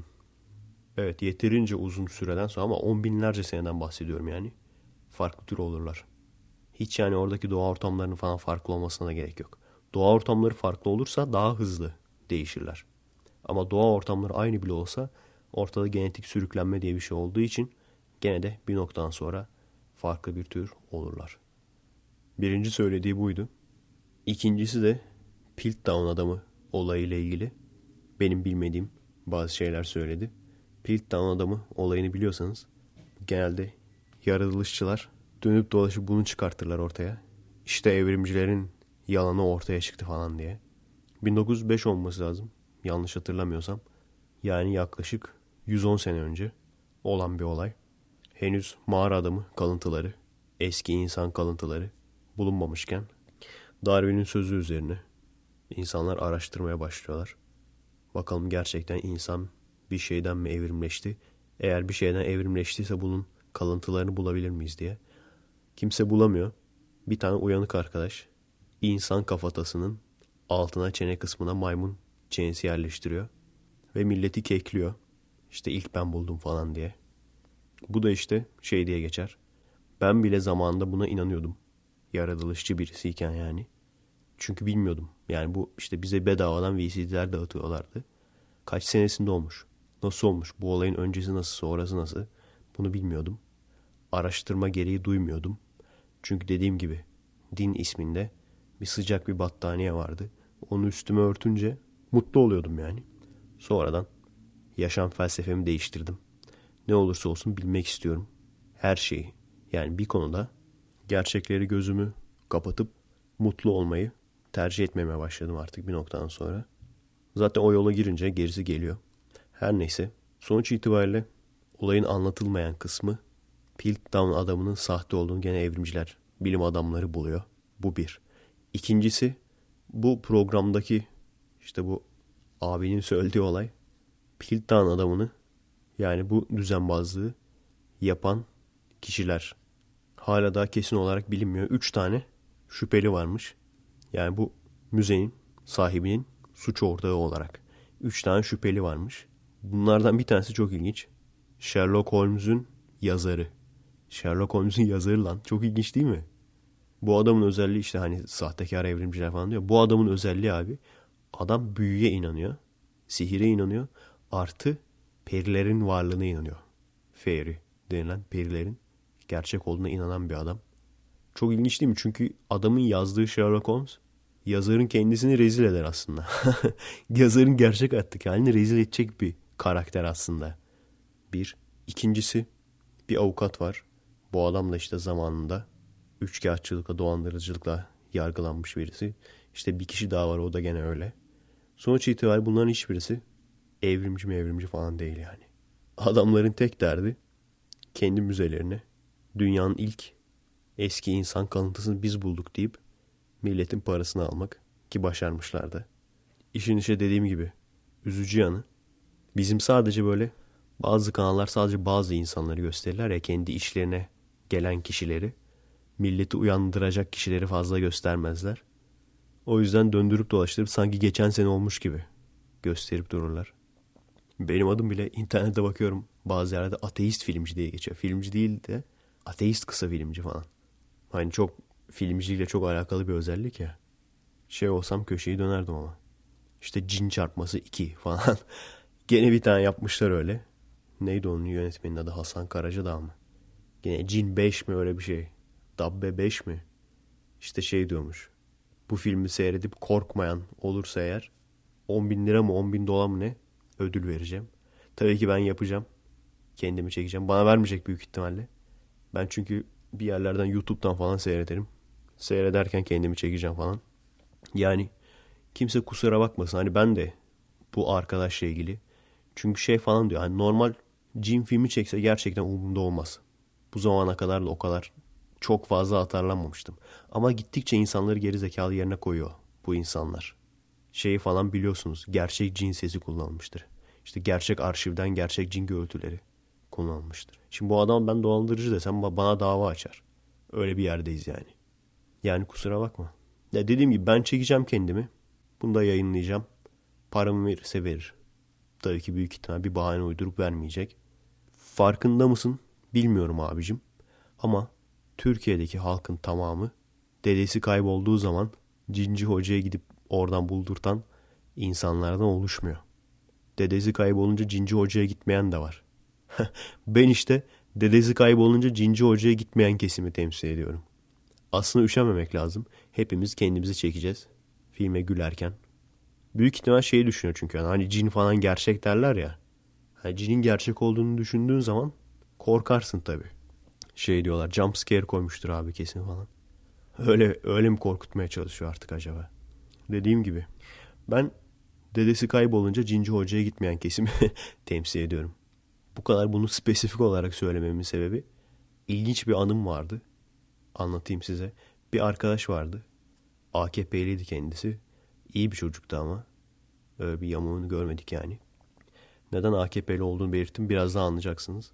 Evet, yeterince uzun süreden sonra, ama 10 binlerce seneden bahsediyorum yani. Farklı tür olurlar. Hiç yani oradaki doğa ortamlarının falan farklı olmasına da gerek yok. Doğa ortamları farklı olursa daha hızlı değişirler. Ama doğa ortamları aynı bile olsa ortada genetik sürüklenme diye bir şey olduğu için gene de bir noktadan sonra farklı bir tür olurlar. Birinci söylediği buydu. İkincisi de Piltdown adamı olayıyla ilgili benim bilmediğim bazı şeyler söyledi. Piltdown adamı olayını biliyorsanız genelde yaratılışçılar dönüp dolaşıp bunu çıkartırlar ortaya. İşte evrimcilerin yalanı ortaya çıktı falan diye. 1905 olması lazım yanlış hatırlamıyorsam. Yani yaklaşık 110 sene önce olan bir olay. Henüz mağara adamı kalıntıları, eski insan kalıntıları bulunmamışken Darwin'in sözü üzerine insanlar araştırmaya başlıyorlar. Bakalım gerçekten insan bir şeyden mi evrimleşti? Eğer bir şeyden evrimleştiyse bunun kalıntılarını bulabilir miyiz diye. Kimse bulamıyor. Bir tane uyanık arkadaş insan kafatasının altına, çene kısmına maymun çenesi yerleştiriyor. Ve milleti kekliyor. İşte ilk ben buldum falan diye. Bu da işte şey diye geçer. Ben bile zamanında buna inanıyordum. Yaratılışçı birisiyken yani. Çünkü bilmiyordum. Yani bu işte bize bedavadan VCD'ler dağıtıyorlardı. Kaç senesinde olmuş? Nasıl olmuş? Bu olayın öncesi nasıl, sonrası nasıl? Bunu bilmiyordum. Araştırma gereği duymuyordum. Çünkü dediğim gibi din isminde bir sıcak bir battaniye vardı. Onu üstüme örtünce mutlu oluyordum yani. Sonradan yaşam felsefemi değiştirdim. Ne olursa olsun bilmek istiyorum. Her şeyi. Yani bir konuda gerçekleri gözümü kapatıp mutlu olmayı tercih etmemeye başladım artık bir noktadan sonra. Zaten o yola girince gerisi geliyor. Her neyse. Sonuç itibariyle olayın anlatılmayan kısmı Piltdown adamının sahte olduğunu gene evrimciler, bilim adamları buluyor. Bu bir. İkincisi bu programdaki işte bu abinin söylediği olay Piltdown adamını yani bu düzenbazlığı yapan kişiler hala daha kesin olarak bilinmiyor. 3 tane şüpheli varmış. Yani bu müzenin sahibinin suç ortağı olarak 3 tane şüpheli varmış. Bunlardan bir tanesi çok ilginç. Sherlock Holmes'un yazarı. Sherlock Holmes'un yazarı lan. Çok ilginç değil mi? Bu adamın özelliği işte hani sahtekar evrimciler falan diyor. Bu adamın özelliği abi. Adam büyüye inanıyor. Sihire inanıyor. Artı perilerin varlığına inanıyor. Fairy denilen perilerin gerçek olduğuna inanan bir adam. Çok ilginç değil mi? Çünkü adamın yazdığı Sherlock Holmes yazarın kendisini rezil eder aslında. Yazarın gerçek hayattaki halini rezil edecek bir karakter aslında. Bir. İkincisi bir avukat var. Bu adam da işte zamanında üçkağıtçılıkla, dolandırıcılıkla yargılanmış birisi. İşte bir kişi daha var, o da gene öyle. Sonuç itibariyle bunların hiçbirisi evrimci falan değil yani. Adamların tek derdi kendi müzelerine dünyanın ilk eski insan kalıntısını biz bulduk deyip milletin parasını almak, ki başarmışlardı. İşin işte dediğim gibi üzücü yanı bizim sadece böyle bazı kanallar sadece bazı insanları gösterirler ya, kendi işlerine gelen kişileri, milleti uyandıracak kişileri fazla göstermezler. O yüzden döndürüp dolaştırıp sanki geçen sene olmuş gibi gösterip dururlar. Benim adım bile internette bakıyorum bazı yerde ateist filmci diye geçiyor. Filmci değil de ateist kısa filmci falan. Hani çok filmciyle çok alakalı bir özellik ya. Şey olsam köşeyi dönerdim ama. İşte Cin Çarpması 2 falan. Gene bir tane yapmışlar öyle. Neydi onun yönetmenin adı? Hasan Karacadağ mı? Gene Cin 5 mi öyle bir şey. Dabbe 5 mi? İşte şey diyormuş. Bu filmi seyredip korkmayan olursa eğer 10 bin lira mı 10 bin dolar mı ne ödül vereceğim. Tabii ki ben yapacağım. Kendimi çekeceğim. Bana vermeyecek büyük ihtimalle. Ben çünkü bir yerlerden YouTube'dan falan seyrederim. Seyrederken kendimi çekeceğim falan. Yani kimse kusura bakmasın. Hani ben de bu arkadaşla ilgili. Çünkü şey falan diyor. Hani normal cin filmi çekse gerçekten umurumda olmaz. Bu zamana kadar da o kadar çok fazla atarlanmamıştım. Ama gittikçe insanları geri zekalı yerine koyuyor bu insanlar. Şeyi falan biliyorsunuz. Gerçek cin sesi kullanılmıştır. İşte gerçek arşivden gerçek cin görüntüleri kullanılmıştır. Şimdi bu adam ben dolandırıcı desem bana dava açar. Öyle bir yerdeyiz yani. Yani kusura bakma. Ya dediğim gibi ben çekeceğim kendimi. Bunu da yayınlayacağım. Paramı verirse verir. Tabii ki büyük ihtimal bir bahane uydurup vermeyecek. Farkında mısın? Bilmiyorum abicim. Ama Türkiye'deki halkın tamamı dedesi kaybolduğu zaman cinci hocaya gidip oradan buldurtan insanlardan oluşmuyor. Dedesi kaybolunca cinci hocaya gitmeyen de var. Ben işte dedesi kaybolunca cinci hocaya gitmeyen kesimi temsil ediyorum. Aslında üşenmemek lazım. Hepimiz kendimizi çekeceğiz. Filme gülerken. Büyük ihtimal şeyi düşünüyor çünkü. Yani hani cin falan gerçek derler ya. Hani cinin gerçek olduğunu düşündüğün zaman korkarsın tabii. Şey diyorlar jump scare koymuştur abi kesin falan. Öyle mi korkutmaya çalışıyor artık acaba? Dediğim gibi ben dedesi kaybolunca cinci hocaya gitmeyen kesimi temsil ediyorum. Bu kadar bunu spesifik olarak söylememin sebebi ilginç bir anım vardı. Anlatayım size. Bir arkadaş vardı. AKP'liydi kendisi. İyi bir çocuktu ama. Öyle bir yamuğunu görmedik yani. Neden AKP'li olduğunu belirttim. Biraz daha anlayacaksınız.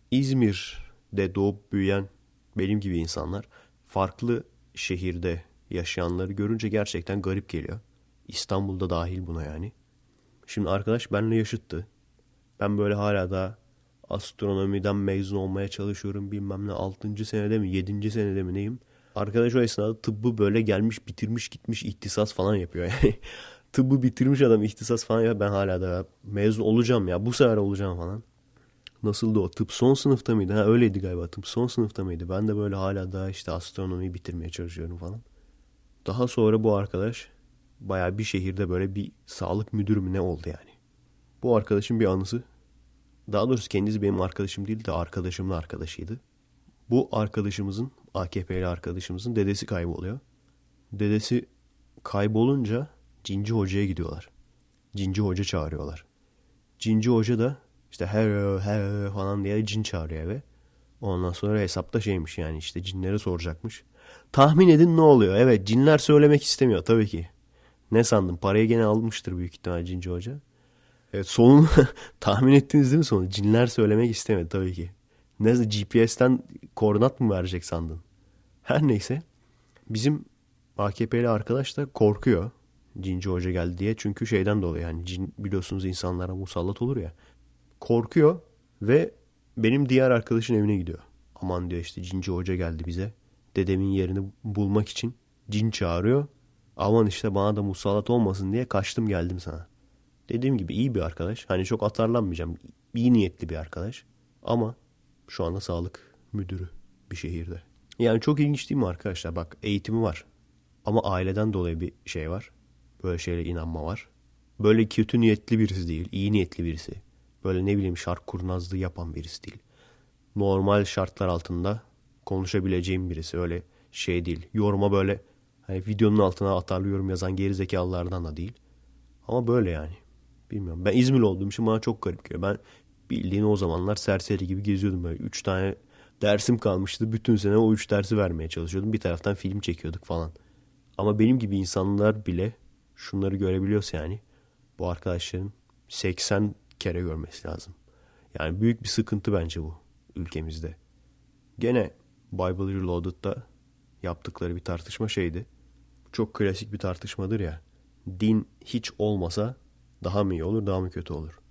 İzmir'de doğup büyüyen benim gibi insanlar farklı şehirde yaşayanları görünce gerçekten garip geliyor. İstanbul'da dahil buna yani. Şimdi arkadaş benimle yaşıttı. Ben böyle hala da astronomiden mezun olmaya çalışıyorum. Bilmem ne 6. senede mi 7. senede mi neyim. Arkadaş o esnada tıbbı böyle gelmiş bitirmiş gitmiş ihtisas falan yapıyor yani. Tıbbı bitirmiş adam ihtisas falan yapıyor. Ben hala da mezun olacağım ya bu sefer olacağım falan. Nasıldı o? Tıp son sınıfta mıydı? Ha öyleydi galiba. Tıp son sınıfta mıydı? Ben de böyle hala daha işte astronomiyi bitirmeye çalışıyorum falan. Daha sonra bu arkadaş bayağı bir şehirde böyle bir sağlık müdürü mü ne oldu yani. Bu arkadaşın bir anısı. Daha doğrusu kendisi benim arkadaşım değil de arkadaşımın arkadaşıydı. Bu arkadaşımızın, AKP'li arkadaşımızın dedesi kayboluyor. Dedesi kaybolunca Cinci Hoca'ya gidiyorlar. Cinci Hoca çağırıyorlar. Cinci Hoca da işte her falan diye cin çağırıyor eve. Ondan sonra hesapta şeymiş yani işte cinlere soracakmış. Tahmin edin ne oluyor? Evet cinler söylemek istemiyor tabii ki. Ne sandın? Parayı gene almıştır büyük ihtimal Cinci Hoca. Evet sonunu tahmin ettiniz değil mi sonu? Cinler söylemek istemedi tabii ki. Ne GPS'ten koordinat mı verecek sandın? Her neyse bizim AKP'li arkadaş da korkuyor. Cinci Hoca geldi diye. Çünkü şeyden dolayı yani cin biliyorsunuz insanlara musallat olur ya. Korkuyor ve benim diğer arkadaşın evine gidiyor. Aman diyor işte Cinci Hoca geldi bize. Dedemin yerini bulmak için cin çağırıyor. Aman işte bana da musallat olmasın diye kaçtım geldim sana. Dediğim gibi iyi bir arkadaş. Hani çok atarlanmayacağım. İyi niyetli bir arkadaş. Ama şu anda sağlık müdürü bir şehirde. Yani çok ilginç değil mi arkadaşlar? Bak eğitimi var. Ama aileden dolayı bir şey var. Böyle şeylere inanma var. Böyle kötü niyetli birisi değil. İyi niyetli birisi. Böyle ne bileyim şark kurnazlığı yapan birisi değil. Normal şartlar altında konuşabileceğim birisi. Öyle şey değil. Yoruma böyle hani videonun altına atarlı yorum yazan gerizekalılardan da değil. Ama böyle yani. Bilmiyorum. Ben İzmirli olduğum için bana çok garip geliyor. Ben bildiğin o zamanlar serseri gibi geziyordum böyle. 3 tane dersim kalmıştı. Bütün sene o 3 dersi vermeye çalışıyordum. Bir taraftan film çekiyorduk falan. Ama benim gibi insanlar bile şunları görebiliyorsa yani bu arkadaşların 80 kere görmesi lazım. Yani büyük bir sıkıntı bence bu ülkemizde. Gene Bible Reloaded'da yaptıkları bir tartışma şeydi. Çok klasik bir tartışmadır ya. Din hiç olmasa daha mı iyi olur, daha mı kötü olur?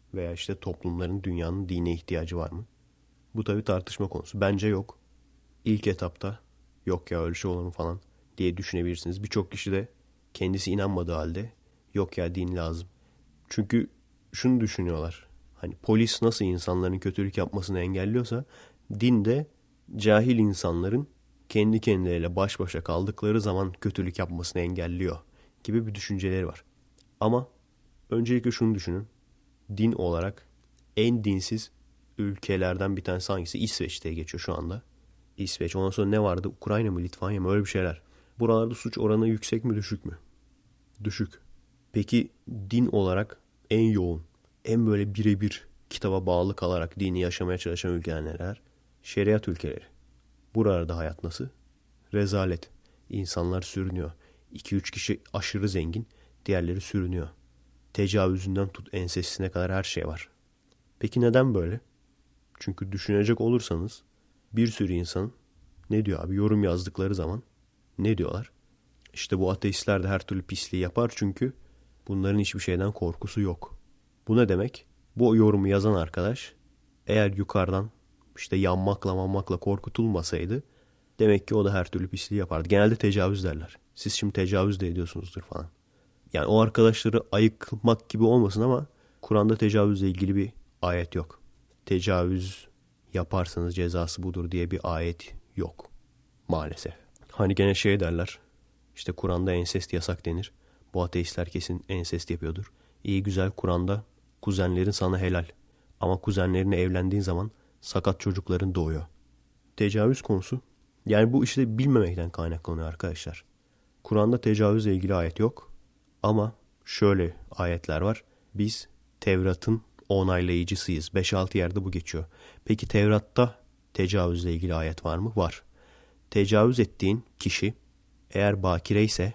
Veya işte toplumların, dünyanın dine ihtiyacı var mı? Bu tabii tartışma konusu. Bence yok. İlk etapta yok ya öyle şey olur mu falan diye düşünebilirsiniz. Birçok kişi de kendisi inanmadığı halde yok ya din lazım. Çünkü şunu düşünüyorlar. Hani polis nasıl insanların kötülük yapmasını engelliyorsa din de cahil insanların kendi kendileriyle baş başa kaldıkları zaman kötülük yapmasını engelliyor gibi bir düşünceleri var. Ama öncelikle şunu düşünün. Din olarak en dinsiz ülkelerden bir tanesi hangisi? İsveç diye geçiyor şu anda. İsveç. Ondan sonra ne vardı? Ukrayna mı, Litvanya mı? Öyle bir şeyler. Buralarda suç oranı yüksek mi, düşük mü? Düşük. Peki din olarak en yoğun, en böyle birebir kitaba bağlı kalarak dini yaşamaya çalışan ülkeler neler? Şeriat ülkeleri. Buralarda hayat nasıl? Rezalet. İnsanlar sürünüyor. 2-3 kişi aşırı zengin, diğerleri sürünüyor. Tecavüzünden tut ensesine kadar her şey var. Peki neden böyle? Çünkü düşünecek olursanız bir sürü insan ne diyor abi yorum yazdıkları zaman ne diyorlar? İşte bu ateistler de her türlü pisliği yapar çünkü bunların hiçbir şeyden korkusu yok. Bu ne demek? Bu yorumu yazan arkadaş eğer yukarıdan işte yanmakla korkutulmasaydı demek ki o da her türlü pisliği yapardı. Genelde tecavüz derler. Siz şimdi tecavüz de ediyorsunuzdur falan. Yani o arkadaşları ayıkmak gibi olmasın ama Kur'an'da tecavüzle ilgili bir ayet yok. Tecavüz yaparsanız cezası budur diye bir ayet yok maalesef. Hani gene şey derler. İşte Kur'an'da ensest yasak denir. Bu ateistler kesin ensest yapıyordur. İyi güzel Kur'an'da kuzenlerin sana helal. Ama kuzenlerine evlendiğin zaman sakat çocukların doğuyor. Tecavüz konusu. Yani bu işte bilmemekten kaynaklanıyor arkadaşlar. Kur'an'da tecavüzle ilgili ayet yok. Ama şöyle ayetler var. Biz Tevrat'ın onaylayıcısıyız. 5-6 yerde bu geçiyor. Peki Tevrat'ta tecavüzle ilgili ayet var mı? Var. Tecavüz ettiğin kişi eğer bakire ise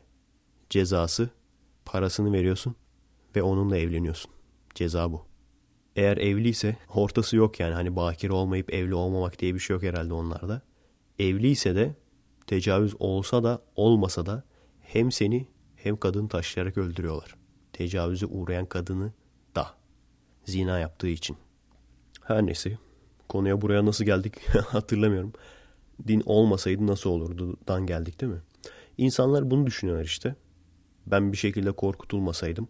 cezası parasını veriyorsun ve onunla evleniyorsun. Ceza bu. Eğer evli ise ortası yok yani hani bakire olmayıp evli olmamak diye bir şey yok herhalde onlarda. Evli ise de tecavüz olsa da olmasa da hem seni hem kadını taşlayarak öldürüyorlar. Tecavüze uğrayan kadını da zina yaptığı için. Her neyse konuya buraya nasıl geldik hatırlamıyorum. Din olmasaydı nasıl olurdudan geldik değil mi? İnsanlar bunu düşünüyorlar işte. Ben bir şekilde korkutulmasaydım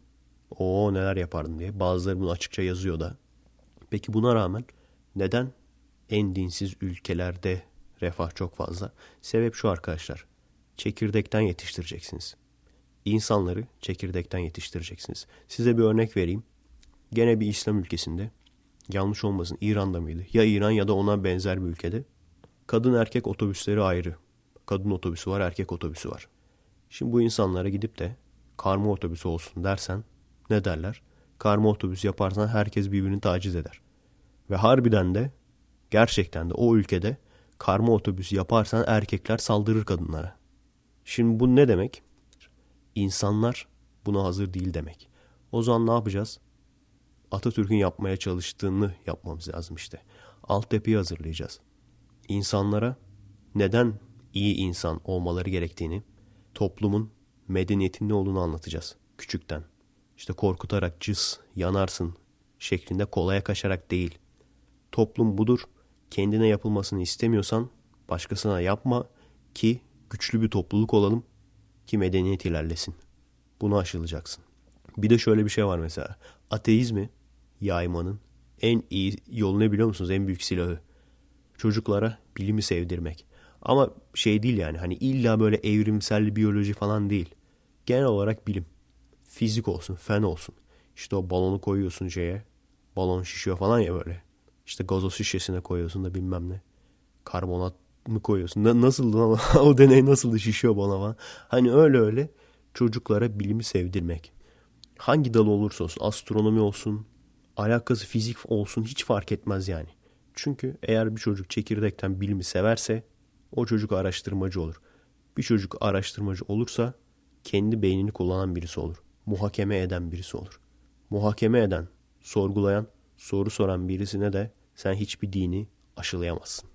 o neler yapardım diye. Bazıları bunu açıkça yazıyor da. Peki buna rağmen neden en dinsiz ülkelerde refah çok fazla? Sebep şu arkadaşlar. Çekirdekten yetiştireceksiniz. İnsanları çekirdekten yetiştireceksiniz. Size bir örnek vereyim. Gene bir İslam ülkesinde, yanlış olmasın İran'da mıydı? Ya İran ya da ona benzer bir ülkede. Kadın erkek otobüsleri ayrı. Kadın otobüsü var, erkek otobüsü var. Şimdi bu insanlara gidip de karma otobüsü olsun dersen ne derler? Karma otobüs yaparsan herkes birbirini taciz eder. Ve harbiden de gerçekten de o ülkede karma otobüsü yaparsan erkekler saldırır kadınlara. Şimdi bu ne demek? İnsanlar buna hazır değil demek. O zaman ne yapacağız? Atatürk'ün yapmaya çalıştığını yapmamız lazım işte. Altyapıyı hazırlayacağız. İnsanlara neden iyi insan olmaları gerektiğini, toplumun medeniyetin ne olduğunu anlatacağız küçükten. İşte korkutarak cız, yanarsın şeklinde kolaya kaçarak değil. Toplum budur. Kendine yapılmasını istemiyorsan başkasına yapma ki güçlü bir topluluk olalım ki medeniyet ilerlesin. Bunu aşılayacaksın. Bir de şöyle bir şey var mesela. Ateizmi yaymanın en iyi yolu ne biliyor musunuz? En büyük silahı. Çocuklara bilimi sevdirmek. Ama şey değil yani hani illa böyle evrimsel biyoloji falan değil. Genel olarak bilim. Fizik olsun, fen olsun. İşte o balonu koyuyorsun şeye. Balon şişiyor falan ya böyle. İşte gazoz şişesine koyuyorsun da bilmem ne. Karbonat mı koyuyorsun? Nasıldı ama o deney nasıldı şişiyor bana falan. Hani öyle çocuklara bilimi sevdirmek. Hangi dal olursa olsun, astronomi olsun, alakası fizik olsun hiç fark etmez yani. Çünkü eğer bir çocuk çekirdekten bilimi severse o çocuk araştırmacı olur. Bir çocuk araştırmacı olursa kendi beynini kullanan birisi olur. Muhakeme eden birisi olur. Muhakeme eden, sorgulayan, soru soran birisine de sen hiçbir dini aşılayamazsın.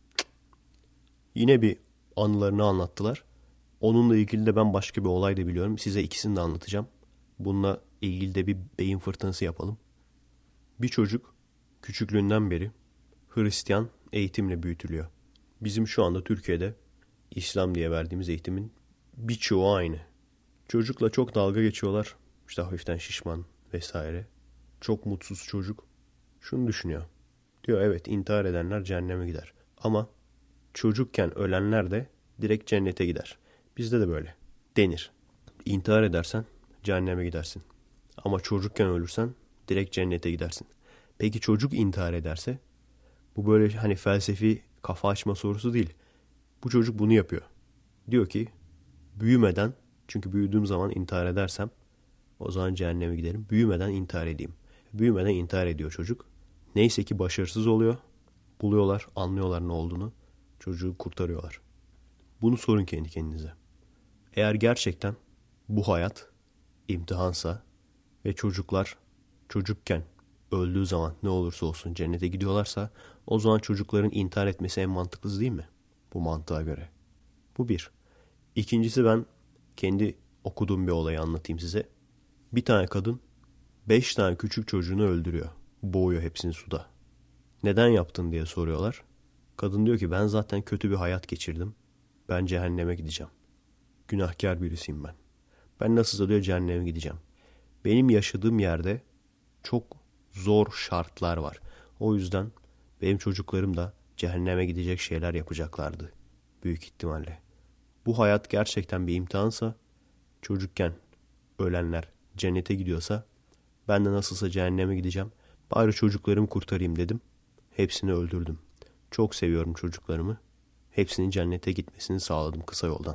Yine bir anılarını anlattılar. Onunla ilgili de ben başka bir olay da biliyorum. Size ikisini de anlatacağım. Bununla ilgili de bir beyin fırtınası yapalım. Bir çocuk küçüklüğünden beri Hristiyan eğitimle büyütülüyor. Bizim şu anda Türkiye'de İslam diye verdiğimiz eğitimin birçoğu aynı. Çocukla çok dalga geçiyorlar. İşte hafiften şişman vesaire. Çok mutsuz çocuk. Şunu düşünüyor. Diyor evet, intihar edenler cehenneme gider. Ama çocukken ölenler de direkt cennete gider. Bizde de böyle denir. İntihar edersen cehenneme gidersin. Ama çocukken ölürsen direkt cennete gidersin. Peki çocuk intihar ederse? Bu böyle hani felsefi kafa açma sorusu değil. Bu çocuk bunu yapıyor. Diyor ki büyümeden, çünkü büyüdüğüm zaman intihar edersem o zaman cehenneme giderim. Büyümeden intihar edeyim. Büyümeden intihar ediyor çocuk. Neyse ki başarısız oluyor. Buluyorlar, anlıyorlar ne olduğunu. Çocuğu kurtarıyorlar. Bunu sorun kendi kendinize. Eğer gerçekten bu hayat imtihansa ve çocuklar çocukken öldüğü zaman ne olursa olsun cennete gidiyorlarsa, o zaman çocukların intihar etmesi en mantıklısı değil mi? Bu mantığa göre. Bu bir. İkincisi, ben kendi okuduğum bir olayı anlatayım size. Bir tane kadın 5 tane küçük çocuğunu öldürüyor. Boğuyor hepsini suda. Neden yaptın diye soruyorlar. Kadın diyor ki ben zaten kötü bir hayat geçirdim. Ben cehenneme gideceğim. Günahkar birisiyim ben. Ben nasılsa diyor cehenneme gideceğim. Benim yaşadığım yerde çok zor şartlar var. O yüzden benim çocuklarım da cehenneme gidecek şeyler yapacaklardı. Büyük ihtimalle. Bu hayat gerçekten bir imtihansa, çocukken ölenler cennete gidiyorsa, ben de nasılsa cehenneme gideceğim. Bari çocuklarımı kurtarayım dedim. Hepsini öldürdüm. Çok seviyorum çocuklarımı. Hepsinin cennete gitmesini sağladım kısa yoldan.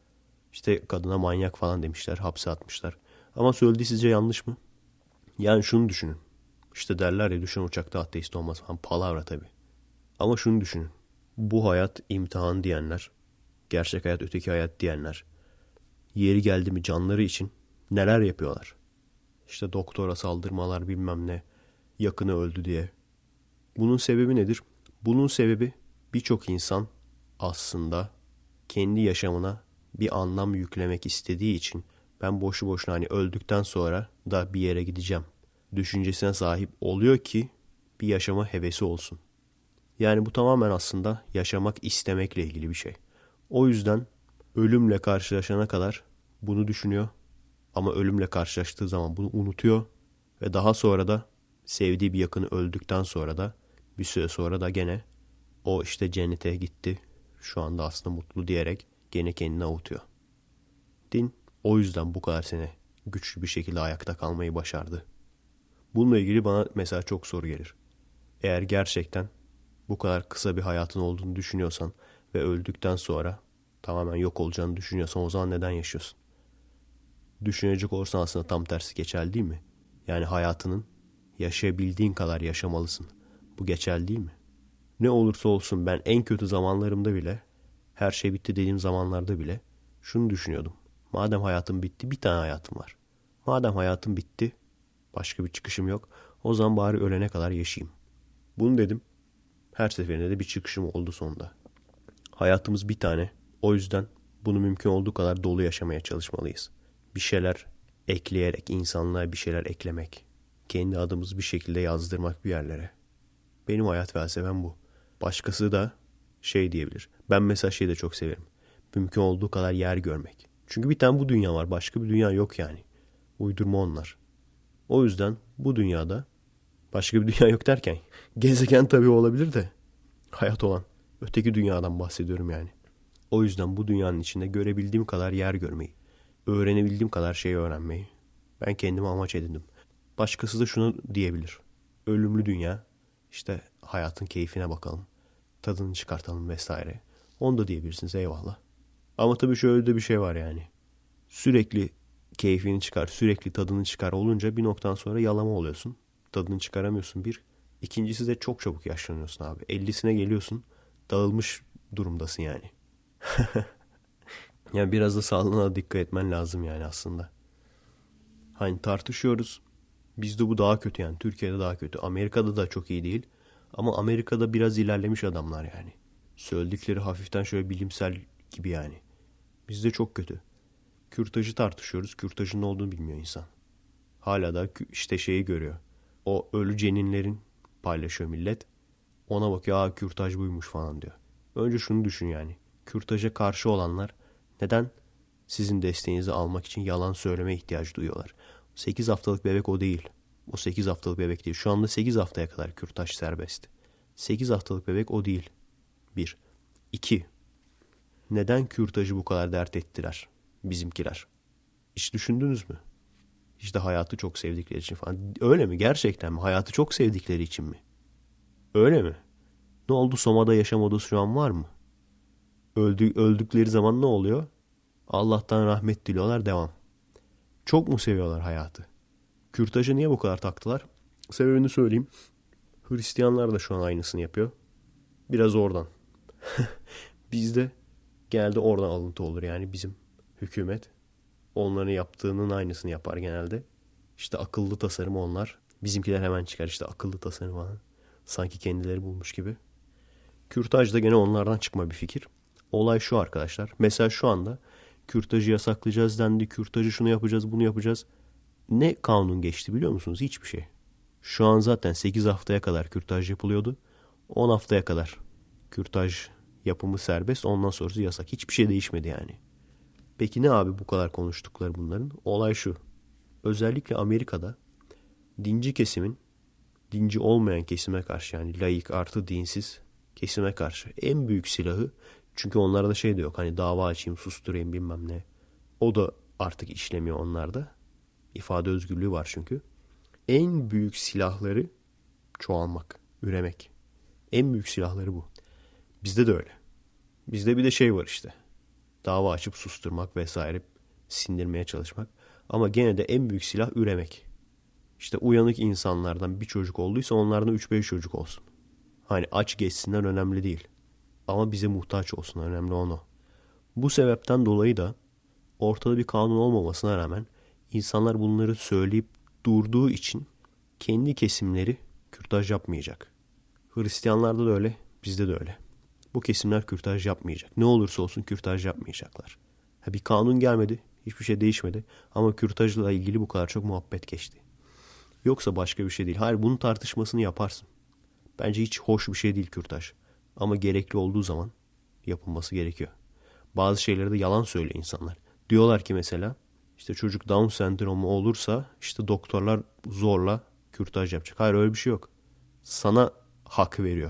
İşte kadına manyak falan demişler, hapse atmışlar. Ama söylediği sizce yanlış mı? Yani şunu düşünün. İşte derler ya, düşen uçakta ateist olmaz falan. Palavra tabii. Ama şunu düşünün. Bu hayat imtihan diyenler, gerçek hayat öteki hayat diyenler, yeri geldi mi canları için neler yapıyorlar? İşte doktora saldırmalar, bilmem ne, yakını öldü diye. Bunun sebebi nedir? Bunun sebebi birçok insan aslında kendi yaşamına bir anlam yüklemek istediği için, ben boşu boşuna hani öldükten sonra da bir yere gideceğim düşüncesine sahip oluyor ki bir yaşama hevesi olsun. Yani bu tamamen aslında yaşamak istemekle ilgili bir şey. O yüzden ölümle karşılaşana kadar bunu düşünüyor ama ölümle karşılaştığı zaman bunu unutuyor ve daha sonra da sevdiği bir yakını öldükten sonra da bir süre sonra da gene o işte cennete gitti, şu anda aslında mutlu diyerek gene kendini avutuyor. Din o yüzden bu kadar sene güçlü bir şekilde ayakta kalmayı başardı. Bununla ilgili bana mesela çok soru gelir. Eğer gerçekten bu kadar kısa bir hayatın olduğunu düşünüyorsan ve öldükten sonra tamamen yok olacağını düşünüyorsan, o zaman neden yaşıyorsun? Düşünecek olursan aslında tam tersi geçerli değil mi? Yani hayatının yaşayabildiğin kadar yaşamalısın. Bu geçerli değil mi? Ne olursa olsun ben en kötü zamanlarımda bile, her şey bitti dediğim zamanlarda bile şunu düşünüyordum. Madem hayatım bitti, bir tane hayatım var. Madem hayatım bitti, başka bir çıkışım yok, o zaman bari ölene kadar yaşayayım. Bunu dedim. Her seferinde de bir çıkışım oldu sonunda. Hayatımız bir tane. O yüzden bunu mümkün olduğu kadar dolu yaşamaya çalışmalıyız. Bir şeyler ekleyerek, insanlığa bir şeyler eklemek. Kendi adımızı bir şekilde yazdırmak bir yerlere. Benim hayat felsefem bu. Başkası da şey diyebilir. Ben mesela şeyi de çok severim. Mümkün olduğu kadar yer görmek. Çünkü bir tane bu dünya var. Başka bir dünya yok yani. Uydurma onlar. O yüzden bu dünyada başka bir dünya yok derken gezegen tabii olabilir de hayat olan öteki dünyadan bahsediyorum yani. O yüzden bu dünyanın içinde görebildiğim kadar yer görmeyi, öğrenebildiğim kadar şey öğrenmeyi ben kendime amaç edindim. Başkası da şunu diyebilir. Ölümlü dünya, işte hayatın keyfine bakalım, tadını çıkartalım vesaire. Onu da diyebilirsiniz, eyvallah. Ama tabii şöyle de bir şey var yani. Sürekli keyfini çıkar, sürekli tadını çıkar olunca bir noktadan sonra yalama oluyorsun. Tadını çıkaramıyorsun bir. İkincisi de çok çabuk yaşlanıyorsun abi. 50'sine geliyorsun, dağılmış durumdasın yani. Yani biraz da sağlığına dikkat etmen lazım yani aslında. Hani tartışıyoruz. Bizde bu daha kötü yani. Türkiye'de daha kötü. Amerika'da da çok iyi değil. Ama Amerika'da biraz ilerlemiş adamlar yani. Söyledikleri hafiften şöyle bilimsel gibi yani. Bizde çok kötü. Kürtajı tartışıyoruz. Kürtajın ne olduğunu bilmiyor insan. Hala da işte şeyi görüyor. O ölü ceninlerin paylaşıyor millet. Ona bakıyor, aa kürtaj buymuş falan diyor. Önce şunu düşün yani. Kürtaja karşı olanlar neden sizin desteğinizi almak için yalan söyleme ihtiyacı duyuyorlar? 8 haftalık bebek o değil. O 8 haftalık bebek değil. Şu anda 8 haftaya kadar kürtaj serbest. 8 haftalık bebek o değil. 1. 2. Neden kürtajı bu kadar dert ettiler bizimkiler? Hiç düşündünüz mü? İşte hayatı çok sevdikleri için falan. Öyle mi? Gerçekten mi? Hayatı çok sevdikleri için mi? Öyle mi? Ne oldu? Soma'da yaşam odası şu an var mı? Öldükleri zaman ne oluyor? Allah'tan rahmet diliyorlar, devam. Çok mu seviyorlar hayatı? Kürtajı niye bu kadar taktılar? Sebebini söyleyeyim. Hristiyanlar da şu an aynısını yapıyor. Biraz oradan. Bizde genelde oradan alıntı olur. Yani bizim hükümet onların yaptığının aynısını yapar genelde. İşte akıllı tasarım onlar. Bizimkiler hemen çıkar işte akıllı tasarım falan. Sanki kendileri bulmuş gibi. Kürtaj da gene onlardan çıkma bir fikir. Olay şu arkadaşlar. Mesela şu anda kürtajı yasaklayacağız dendi. Kürtajı şunu yapacağız, bunu yapacağız. Ne kanun geçti biliyor musunuz? Hiçbir şey. Şu an zaten 8 haftaya kadar kürtaj yapılıyordu. 10 haftaya kadar kürtaj yapımı serbest. Ondan sonrası yasak. Hiçbir şey değişmedi yani. Peki ne abi bu kadar konuştukları bunların? Olay şu. Özellikle Amerika'da dinci kesimin dinci olmayan kesime karşı, yani laik artı dinsiz kesime karşı en büyük silahı, çünkü onlarda şey de yok hani dava açayım susturayım bilmem ne, o da artık işlemiyor onlarda, ifade özgürlüğü var çünkü, en büyük silahları çoğalmak, üremek, en büyük silahları bu. Bizde de öyle. Bizde bir de şey var işte, dava açıp susturmak vesaire, sindirmeye çalışmak, ama gene de en büyük silah üremek. İşte uyanık insanlardan bir çocuk olduysa onlardan 3-5 çocuk olsun. Hani aç geçsinler önemli değil. Ama bize muhtaç olsun, önemli olan o. Bu sebepten dolayı da ortada bir kanun olmamasına rağmen insanlar bunları söyleyip durduğu için kendi kesimleri kürtaj yapmayacak. Hristiyanlarda da öyle, bizde de öyle. Bu kesimler kürtaj yapmayacak. Ne olursa olsun kürtaj yapmayacaklar. Bir kanun gelmedi, hiçbir şey değişmedi ama kürtajla ilgili bu kadar çok muhabbet geçti. Yoksa başka bir şey değil. Hayır, bunun tartışmasını yaparsın. Bence hiç hoş bir şey değil kürtaj. Ama gerekli olduğu zaman yapılması gerekiyor. Bazı şeyleri de yalan söylüyor insanlar. Diyorlar ki mesela işte çocuk Down sendromu olursa işte doktorlar zorla kürtaj yapacak. Hayır, öyle bir şey yok. Sana hak veriyor.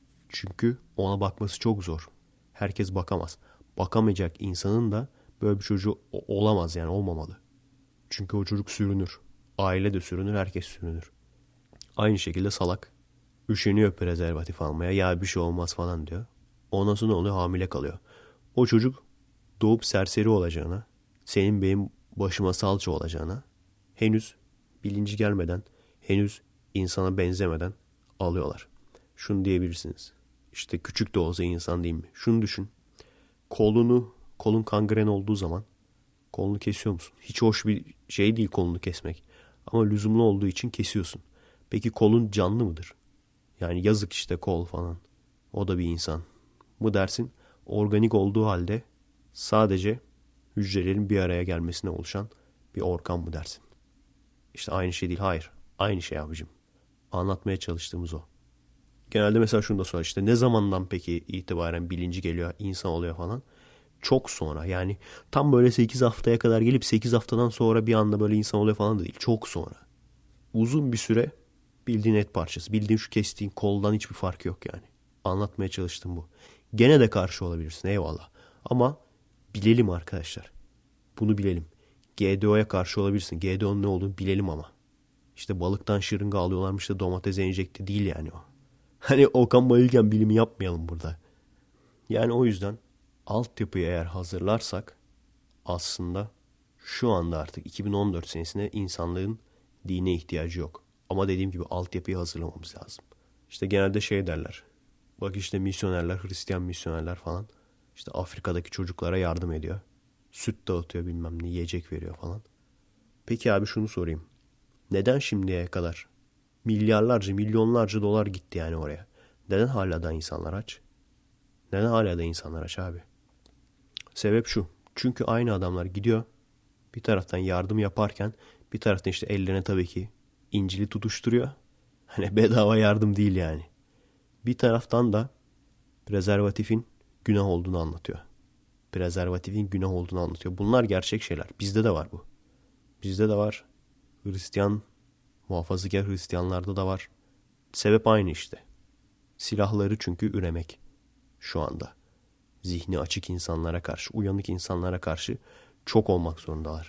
Çünkü ona bakması çok zor. Herkes bakamaz. Bakamayacak insanın da böyle bir çocuğu olamaz, yani olmamalı. Çünkü o çocuk sürünür. Aile de sürünür, herkes sürünür. Aynı şekilde salak üşeniyor prezervatif almaya. Ya bir şey olmaz falan diyor. Ondan sonra ne oluyor? Hamile kalıyor. O çocuk doğup serseri olacağına, senin benim başıma salça olacağına, henüz bilinci gelmeden, henüz insana benzemeden alıyorlar. Şunu diyebilirsiniz. İşte küçük de olsa insan değil mi? Şunu düşün. Kolun kangren olduğu zaman kolunu kesiyor musun? Hiç hoş bir şey değil kolunu kesmek. Ama lüzumlu olduğu için kesiyorsun. Peki kolun canlı mıdır? Yani yazık işte kol falan. O da bir insan. Bu dersin organik olduğu halde sadece hücrelerin bir araya gelmesine oluşan bir organ mı dersin? İşte aynı şey değil. Hayır. Aynı şey abicim. Anlatmaya çalıştığımız o. Genelde mesela şunu da sorar, işte ne zamandan peki itibaren bilinci geliyor, insan oluyor falan. Çok sonra, yani tam böyle 8 haftaya kadar gelip 8 haftadan sonra bir anda böyle insan oluyor falan da değil. Çok sonra. Uzun bir süre bildiğin et parçası. Bildiğin şu kestiğin koldan hiçbir farkı yok yani. Anlatmaya çalıştım bu. Gene de karşı olabilirsin, eyvallah. Ama bilelim arkadaşlar. Bunu bilelim. GDO'ya karşı olabilirsin. GDO'nun ne olduğunu bilelim ama. İşte balıktan şırınga alıyorlarmış da domates enjekte değil yani o. Hani Okan Bayülgen bilimi yapmayalım burada. Yani o yüzden altyapıyı eğer hazırlarsak aslında şu anda artık 2014 senesinde insanlığın dine ihtiyacı yok. Ama dediğim gibi altyapıyı hazırlamamız lazım. İşte genelde şey derler. Bak işte misyonerler, Hristiyan misyonerler falan. İşte Afrika'daki çocuklara yardım ediyor. Süt dağıtıyor, bilmem ne, yiyecek veriyor falan. Peki abi şunu sorayım. Neden şimdiye kadar milyarlarca, milyonlarca dolar gitti yani oraya? Neden hala da insanlar aç? Neden hala da insanlar aç abi? Sebep şu. Çünkü aynı adamlar gidiyor, bir taraftan yardım yaparken bir taraftan işte ellerine tabii ki İncil'i tutuşturuyor. Hani bedava yardım değil yani. Bir taraftan da prezervatifin günah olduğunu anlatıyor. Prezervatifin günah olduğunu anlatıyor. Bunlar gerçek şeyler. Bizde de var bu. Bizde de var. Hristiyan, muhafazakar Hristiyanlarda da var. Sebep aynı işte. Silahları çünkü üremek şu anda. Zihni açık insanlara karşı, uyanık insanlara karşı çok olmak zorundalar.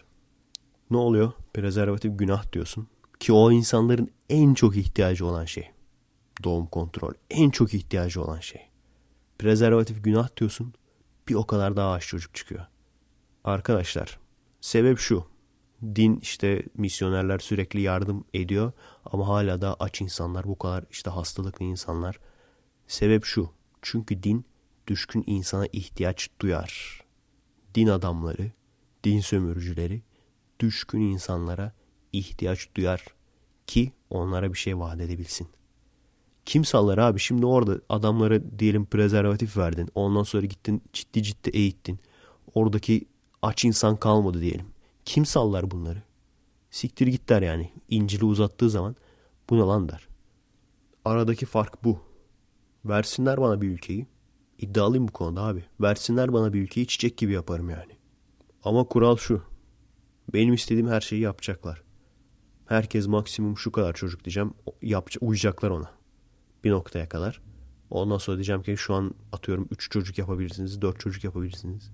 Ne oluyor? Prezervatif günah diyorsun. Ki o insanların en çok ihtiyacı olan şey. Doğum kontrol. En çok ihtiyacı olan şey. Prezervatif günah diyorsun. Bir o kadar daha aç çocuk çıkıyor. Arkadaşlar, sebep şu. Din işte misyonerler sürekli yardım ediyor ama hala da aç insanlar, bu kadar işte hastalıklı insanlar. Sebep şu. Çünkü din düşkün insana ihtiyaç duyar. Din adamları, din sömürücüleri düşkün insanlara ihtiyaç duyar ki onlara bir şey vaat edebilsin. Kim sallar abi? Şimdi orada adamlara diyelim prezervatif verdin. Ondan sonra gittin ciddi ciddi eğittin. Oradaki aç insan kalmadı diyelim. Kim sallar bunları? Siktir git der yani. İncil'i uzattığı zaman bu ne lan der. Aradaki fark bu. Versinler bana bir ülkeyi. İddialıyım bu konuda abi. Versinler bana bir ülkeyi çiçek gibi yaparım yani. Ama kural şu. Benim istediğim her şeyi yapacaklar. Herkes maksimum şu kadar çocuk diyeceğim. Uyacaklar ona. Bir noktaya kadar. Ondan sonra diyeceğim ki şu an atıyorum 3 çocuk yapabilirsiniz. 4 çocuk yapabilirsiniz.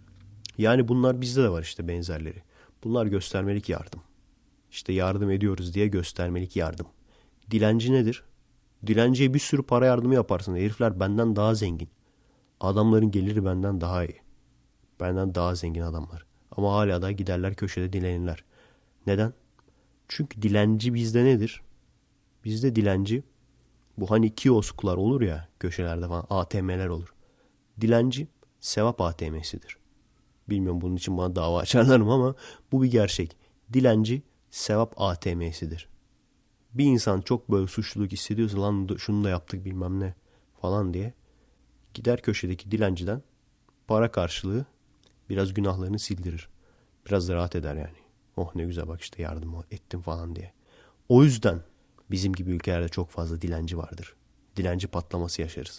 Yani bunlar bizde de var işte benzerleri. Bunlar göstermelik yardım. İşte yardım ediyoruz diye göstermelik yardım. Dilenci nedir? Dilenciye bir sürü para yardımı yaparsın. Herifler benden daha zengin. Adamların geliri benden daha iyi. Benden daha zengin adamlar. Ama hala da giderler köşede dilenirler. Neden? Çünkü dilenci bizde nedir? Bizde dilenci bu hani kiosklar olur ya köşelerde falan ATM'ler olur. Dilenci sevap ATM'sidir. Bilmiyorum bunun için bana dava açarlar mı ama bu bir gerçek. Dilenci sevap ATM'sidir. Bir insan çok böyle suçluluk hissediyorsa lan şunu da yaptık bilmem ne falan diye gider köşedeki dilenciden para karşılığı biraz günahlarını sildirir. Biraz da rahat eder yani. Oh ne güzel bak işte yardım ettim falan diye. O yüzden bizim gibi ülkelerde çok fazla dilenci vardır. Dilenci patlaması yaşarız.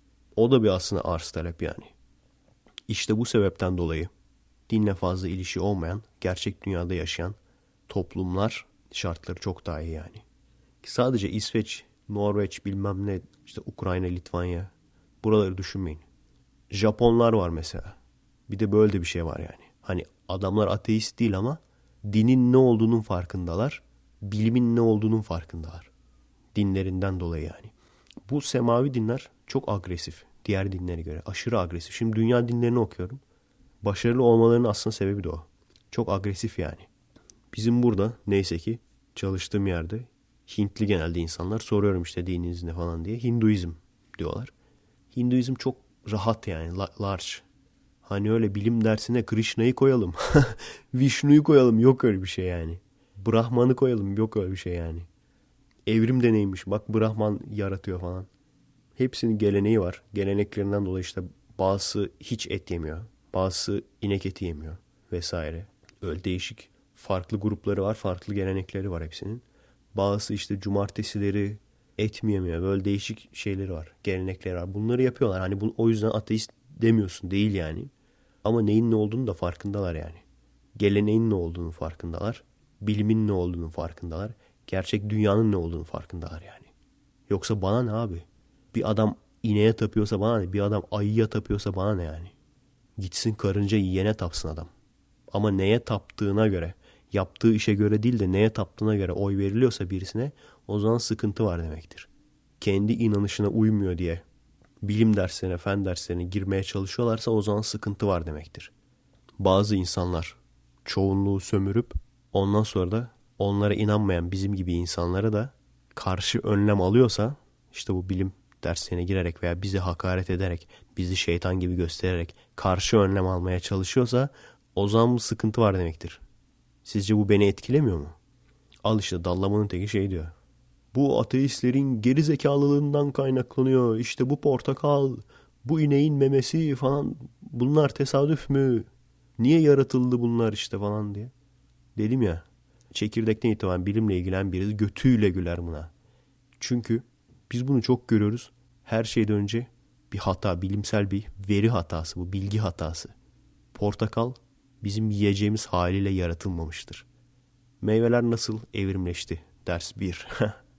O da bir aslında arz talep yani. İşte bu sebepten dolayı dinle fazla ilişki olmayan, gerçek dünyada yaşayan toplumlar şartları çok daha iyi yani. Sadece İsveç, Norveç bilmem ne, işte Ukrayna, Litvanya buraları düşünmeyin. Japonlar var mesela. Bir de böyle de bir şey var yani. Hani adamlar ateist değil ama dinin ne olduğunun farkındalar. Bilimin ne olduğunun farkındalar. Dinlerinden dolayı yani. Bu semavi dinler çok agresif. Diğer dinlere göre aşırı agresif. Şimdi dünya dinlerini okuyorum. Başarılı olmalarının aslında sebebi de o. Çok agresif yani. Bizim burada neyse ki çalıştığım yerde Hintli genelde insanlar soruyorum işte dininiz ne falan diye. Hinduizm diyorlar. Hinduizm çok rahat yani large. Hani öyle bilim dersine Krishna'yı koyalım. Vishnu'yu koyalım. Yok öyle bir şey yani. Brahman'ı koyalım. Yok öyle bir şey yani. Evrim deneymiş. Bak Brahman yaratıyor falan. Hepsinin geleneği var. Geleneklerinden dolayı işte bazısı hiç et yemiyor. Bazısı inek eti yemiyor. Vesaire. Öyle değişik farklı grupları var. Farklı gelenekleri var hepsinin. Bazısı işte cumartesileri et mi yemiyor. Böyle değişik şeyleri var. Gelenekleri var. Bunları yapıyorlar. Hani o yüzden ateist demiyorsun. Değil yani. Ama neyin ne olduğunu da farkındalar yani. Geleneğin ne olduğunu farkındalar. Bilimin ne olduğunu farkındalar. Gerçek dünyanın ne olduğunu farkındalar yani. Yoksa bana ne abi? Bir adam ineğe tapıyorsa bana ne? Bir adam ayıya tapıyorsa bana ne yani? Gitsin karınca yiyene tapsın adam. Ama neye taptığına göre, yaptığı işe göre değil de neye taptığına göre oy veriliyorsa birisine o zaman sıkıntı var demektir. Kendi inanışına uymuyor diye bilim derslerine, fen derslerine girmeye çalışıyorlarsa o zaman sıkıntı var demektir. Bazı insanlar çoğunluğu sömürüp ondan sonra da onlara inanmayan bizim gibi insanlara da karşı önlem alıyorsa işte bu bilim derslerine girerek veya bizi hakaret ederek, bizi şeytan gibi göstererek karşı önlem almaya çalışıyorsa o zaman bu sıkıntı var demektir. Sizce bu beni etkilemiyor mu? Al işte dallamanın teki şey diyor. Bu ateistlerin geri zekalılığından kaynaklanıyor. İşte bu portakal, bu ineğin memesi falan bunlar tesadüf mü? Niye yaratıldı bunlar işte falan diye. Dedim ya çekirdekten itibaren bilimle ilgilen birisi götüyle güler buna. Çünkü biz bunu çok görüyoruz. Her şeyden önce bir hata, bilimsel bir veri hatası bu, bilgi hatası. Portakal bizim yiyeceğimiz haliyle yaratılmamıştır. Meyveler nasıl evrimleşti? Ders 1.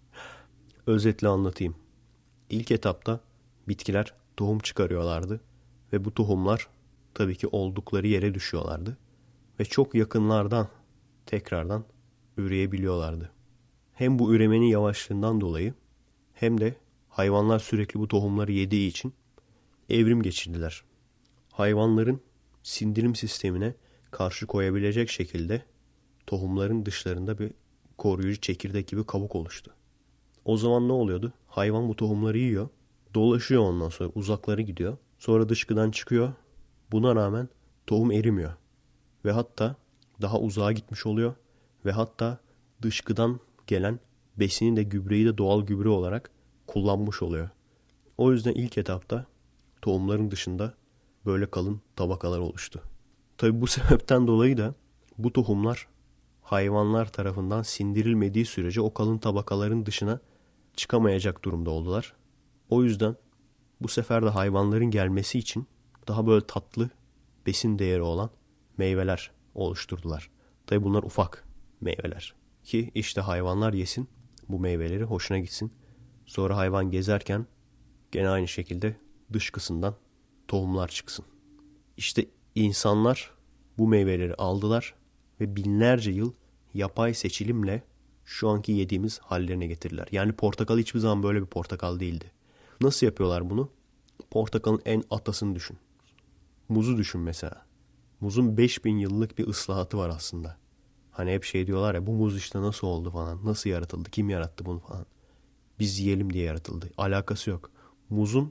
Özetle anlatayım. İlk etapta bitkiler tohum çıkarıyorlardı ve bu tohumlar tabii ki oldukları yere düşüyorlardı ve çok yakınlardan tekrardan üreyebiliyorlardı. Hem bu üremenin yavaşlığından dolayı hem de hayvanlar sürekli bu tohumları yediği için evrim geçirdiler. Hayvanların sindirim sistemine karşı koyabilecek şekilde tohumların dışlarında bir koruyucu çekirdek gibi kabuk oluştu. O zaman ne oluyordu? Hayvan bu tohumları yiyor, dolaşıyor, ondan sonra uzaklara gidiyor. Sonra dışkıdan çıkıyor. Buna rağmen tohum erimiyor. Ve hatta daha uzağa gitmiş oluyor. Ve hatta dışkıdan gelen besini de gübreyi de doğal gübre olarak kullanmış oluyor. O yüzden ilk etapta tohumların dışında böyle kalın tabakalar oluştu. Tabi bu sebepten dolayı da bu tohumlar hayvanlar tarafından sindirilmediği sürece o kalın tabakaların dışına çıkamayacak durumda oldular. O yüzden bu sefer de hayvanların gelmesi için daha böyle tatlı besin değeri olan meyveler oluşturdular. Tabi bunlar ufak meyveler ki işte hayvanlar yesin, bu meyveleri hoşuna gitsin. Sonra hayvan gezerken gene aynı şekilde dışkısından tohumlar çıksın. İşte insanlar bu meyveleri aldılar ve binlerce yıl yapay seçilimle şu anki yediğimiz hallerine getirdiler. Yani portakal hiçbir zaman böyle bir portakal değildi. Nasıl yapıyorlar bunu? Portakalın en atasını düşün. Muzu düşün mesela. Muzun 5000 yıllık bir ıslahatı var aslında. Hani hep şey diyorlar ya, bu muz işte nasıl oldu falan. Nasıl yaratıldı? Kim yarattı bunu falan. Biz yiyelim diye yaratıldı. Alakası yok. Muzun,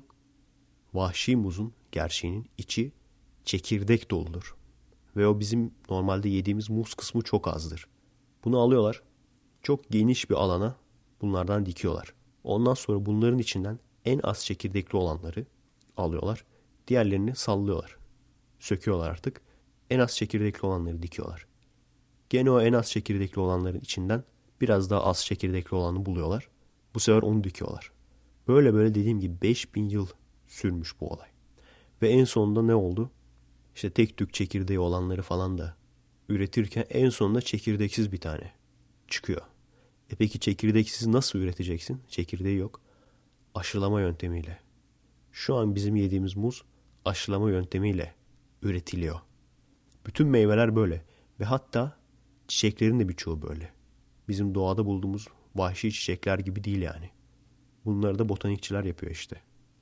vahşi muzun gerçeğinin içi çekirdek doludur. Ve o bizim normalde yediğimiz muz kısmı çok azdır. Bunu alıyorlar. Çok geniş bir alana bunlardan dikiyorlar. Ondan sonra bunların içinden en az çekirdekli olanları alıyorlar. Diğerlerini sallıyorlar. Söküyorlar artık. En az çekirdekli olanları dikiyorlar. Gene o en az çekirdekli olanların içinden biraz daha az çekirdekli olanı buluyorlar. Bu sefer onu dikiyorlar. Böyle böyle dediğim gibi 5000 yıl sürmüş bu olay. Ve en sonunda ne oldu? İşte tek tük çekirdeği olanları falan da üretirken en sonunda çekirdeksiz bir tane çıkıyor. Peki çekirdeksiz nasıl üreteceksin? Çekirdeği yok. Aşılama yöntemiyle. Şu an bizim yediğimiz muz aşılama yöntemiyle üretiliyor. Bütün meyveler böyle. Ve hatta çiçeklerin de birçoğu böyle. Bizim doğada bulduğumuz vahşi çiçekler gibi değil yani. Bunları da botanikçiler yapıyor işte.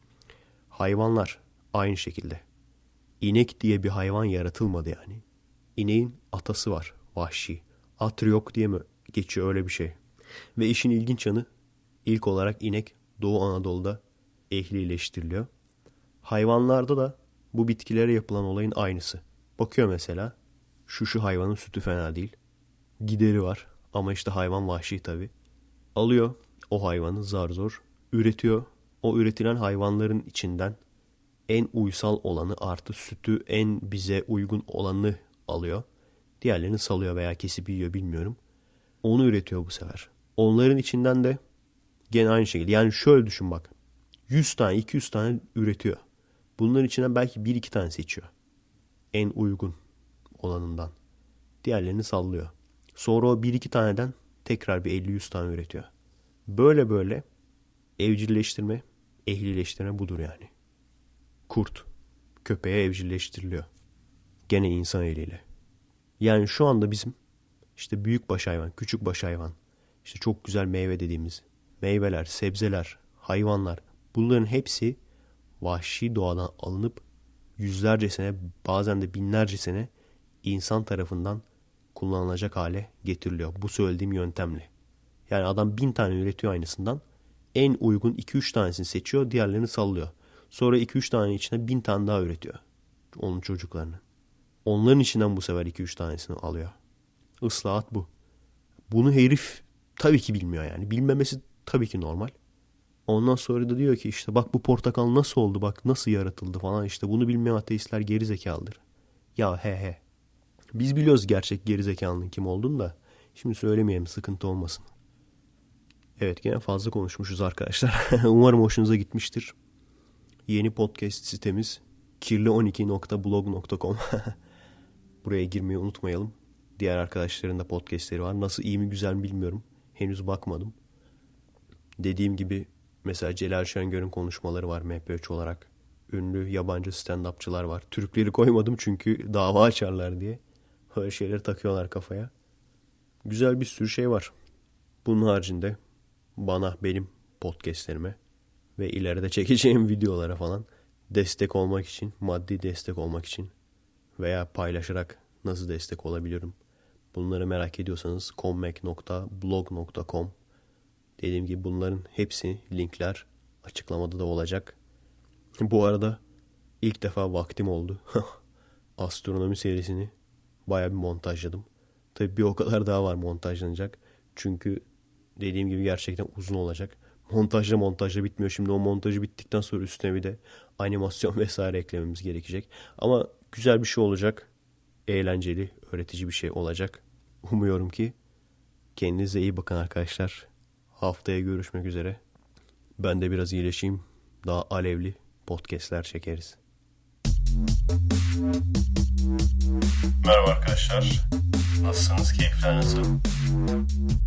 Hayvanlar aynı şekilde. İnek diye bir hayvan yaratılmadı yani. İneğin atası var, vahşi. At yok diye mi geçiyor, öyle bir şey. Ve işin ilginç yanı, ilk olarak inek Doğu Anadolu'da ehlileştiriliyor. Hayvanlarda da bu bitkilere yapılan olayın aynısı. Bakıyor mesela, şu hayvanın sütü fena değil. Gideri var ama işte hayvan vahşi tabii. Alıyor o hayvanı zar zor üretiyor. O üretilen hayvanların içinden en uysal olanı artı sütü en bize uygun olanı alıyor. Diğerlerini salıyor veya kesip yiyor, bilmiyorum. Onu üretiyor bu sefer. Onların içinden de gene aynı şekilde. Yani şöyle düşün bak. 100 tane 200 tane üretiyor. Bunların içinden belki 1-2 tane seçiyor. En uygun olanından. Diğerlerini sallıyor. Sonra o 1-2 taneden tekrar bir 50-100 tane üretiyor. Böyle böyle evcilleştirme, ehlileştirme budur yani. Kurt köpeğe evcilleştiriliyor. Gene insan eliyle. Yani şu anda bizim işte büyükbaş hayvan, küçükbaş hayvan, işte çok güzel meyve dediğimiz meyveler, sebzeler, hayvanlar, bunların hepsi vahşi doğadan alınıp yüzlerce sene, bazen de binlerce sene insan tarafından kullanılacak hale getiriliyor. Bu söylediğim yöntemle. Yani adam 1000 tane üretiyor aynısından. En uygun 2-3 tanesini seçiyor, diğerlerini sallıyor. Sonra 2-3 tane içine 1000 tane daha üretiyor. Onun çocuklarını. Onların içinden bu sefer 2-3 tanesini alıyor. Islahat bu. Bunu herif tabii ki bilmiyor yani. Bilmemesi tabii ki normal. Ondan sonra da diyor ki işte bak bu portakal nasıl oldu, bak nasıl yaratıldı falan, işte bunu bilmeyen ateistler geri zekalıdır. Ya he. Biz biliyoruz gerçek geri zekalının kim olduğunu da şimdi söylemeyelim, sıkıntı olmasın. Evet, gene fazla konuşmuşuz arkadaşlar. Umarım hoşunuza gitmiştir. Yeni podcast sitemiz kirli12.blog.com. Buraya girmeyi unutmayalım. Diğer arkadaşların da podcastleri var. Nasıl, iyi mi güzel mi bilmiyorum. Henüz bakmadım. Dediğim gibi mesela Celal Şengör'ün konuşmaları var MP3 olarak. Ünlü yabancı stand-upçılar var. Türkleri koymadım çünkü dava açarlar diye. Öyle şeyleri takıyorlar kafaya. Güzel bir sürü şey var. Bunun haricinde bana, benim podcastlerime ve ileride çekeceğim videolara falan destek olmak için, maddi destek olmak için veya paylaşarak nasıl destek olabilirim? Bunları merak ediyorsanız kommek.blog.com. Dediğim gibi bunların hepsi, linkler açıklamada da olacak. Bu arada ilk defa vaktim oldu. Astronomi serisini bayağı bir montajladım. Tabii bir o kadar daha var montajlanacak. Çünkü dediğim gibi gerçekten uzun olacak. Montajla bitmiyor. Şimdi o montajı bittikten sonra üstüne bir de animasyon vesaire eklememiz gerekecek. Ama güzel bir şey olacak. Eğlenceli, öğretici bir şey olacak. Umuyorum ki. Kendinize iyi bakın arkadaşlar. Haftaya görüşmek üzere. Ben de biraz iyileşeyim. Daha alevli podcastler çekeriz. Merhaba arkadaşlar. Nasılsınız? Keyifler nasıl?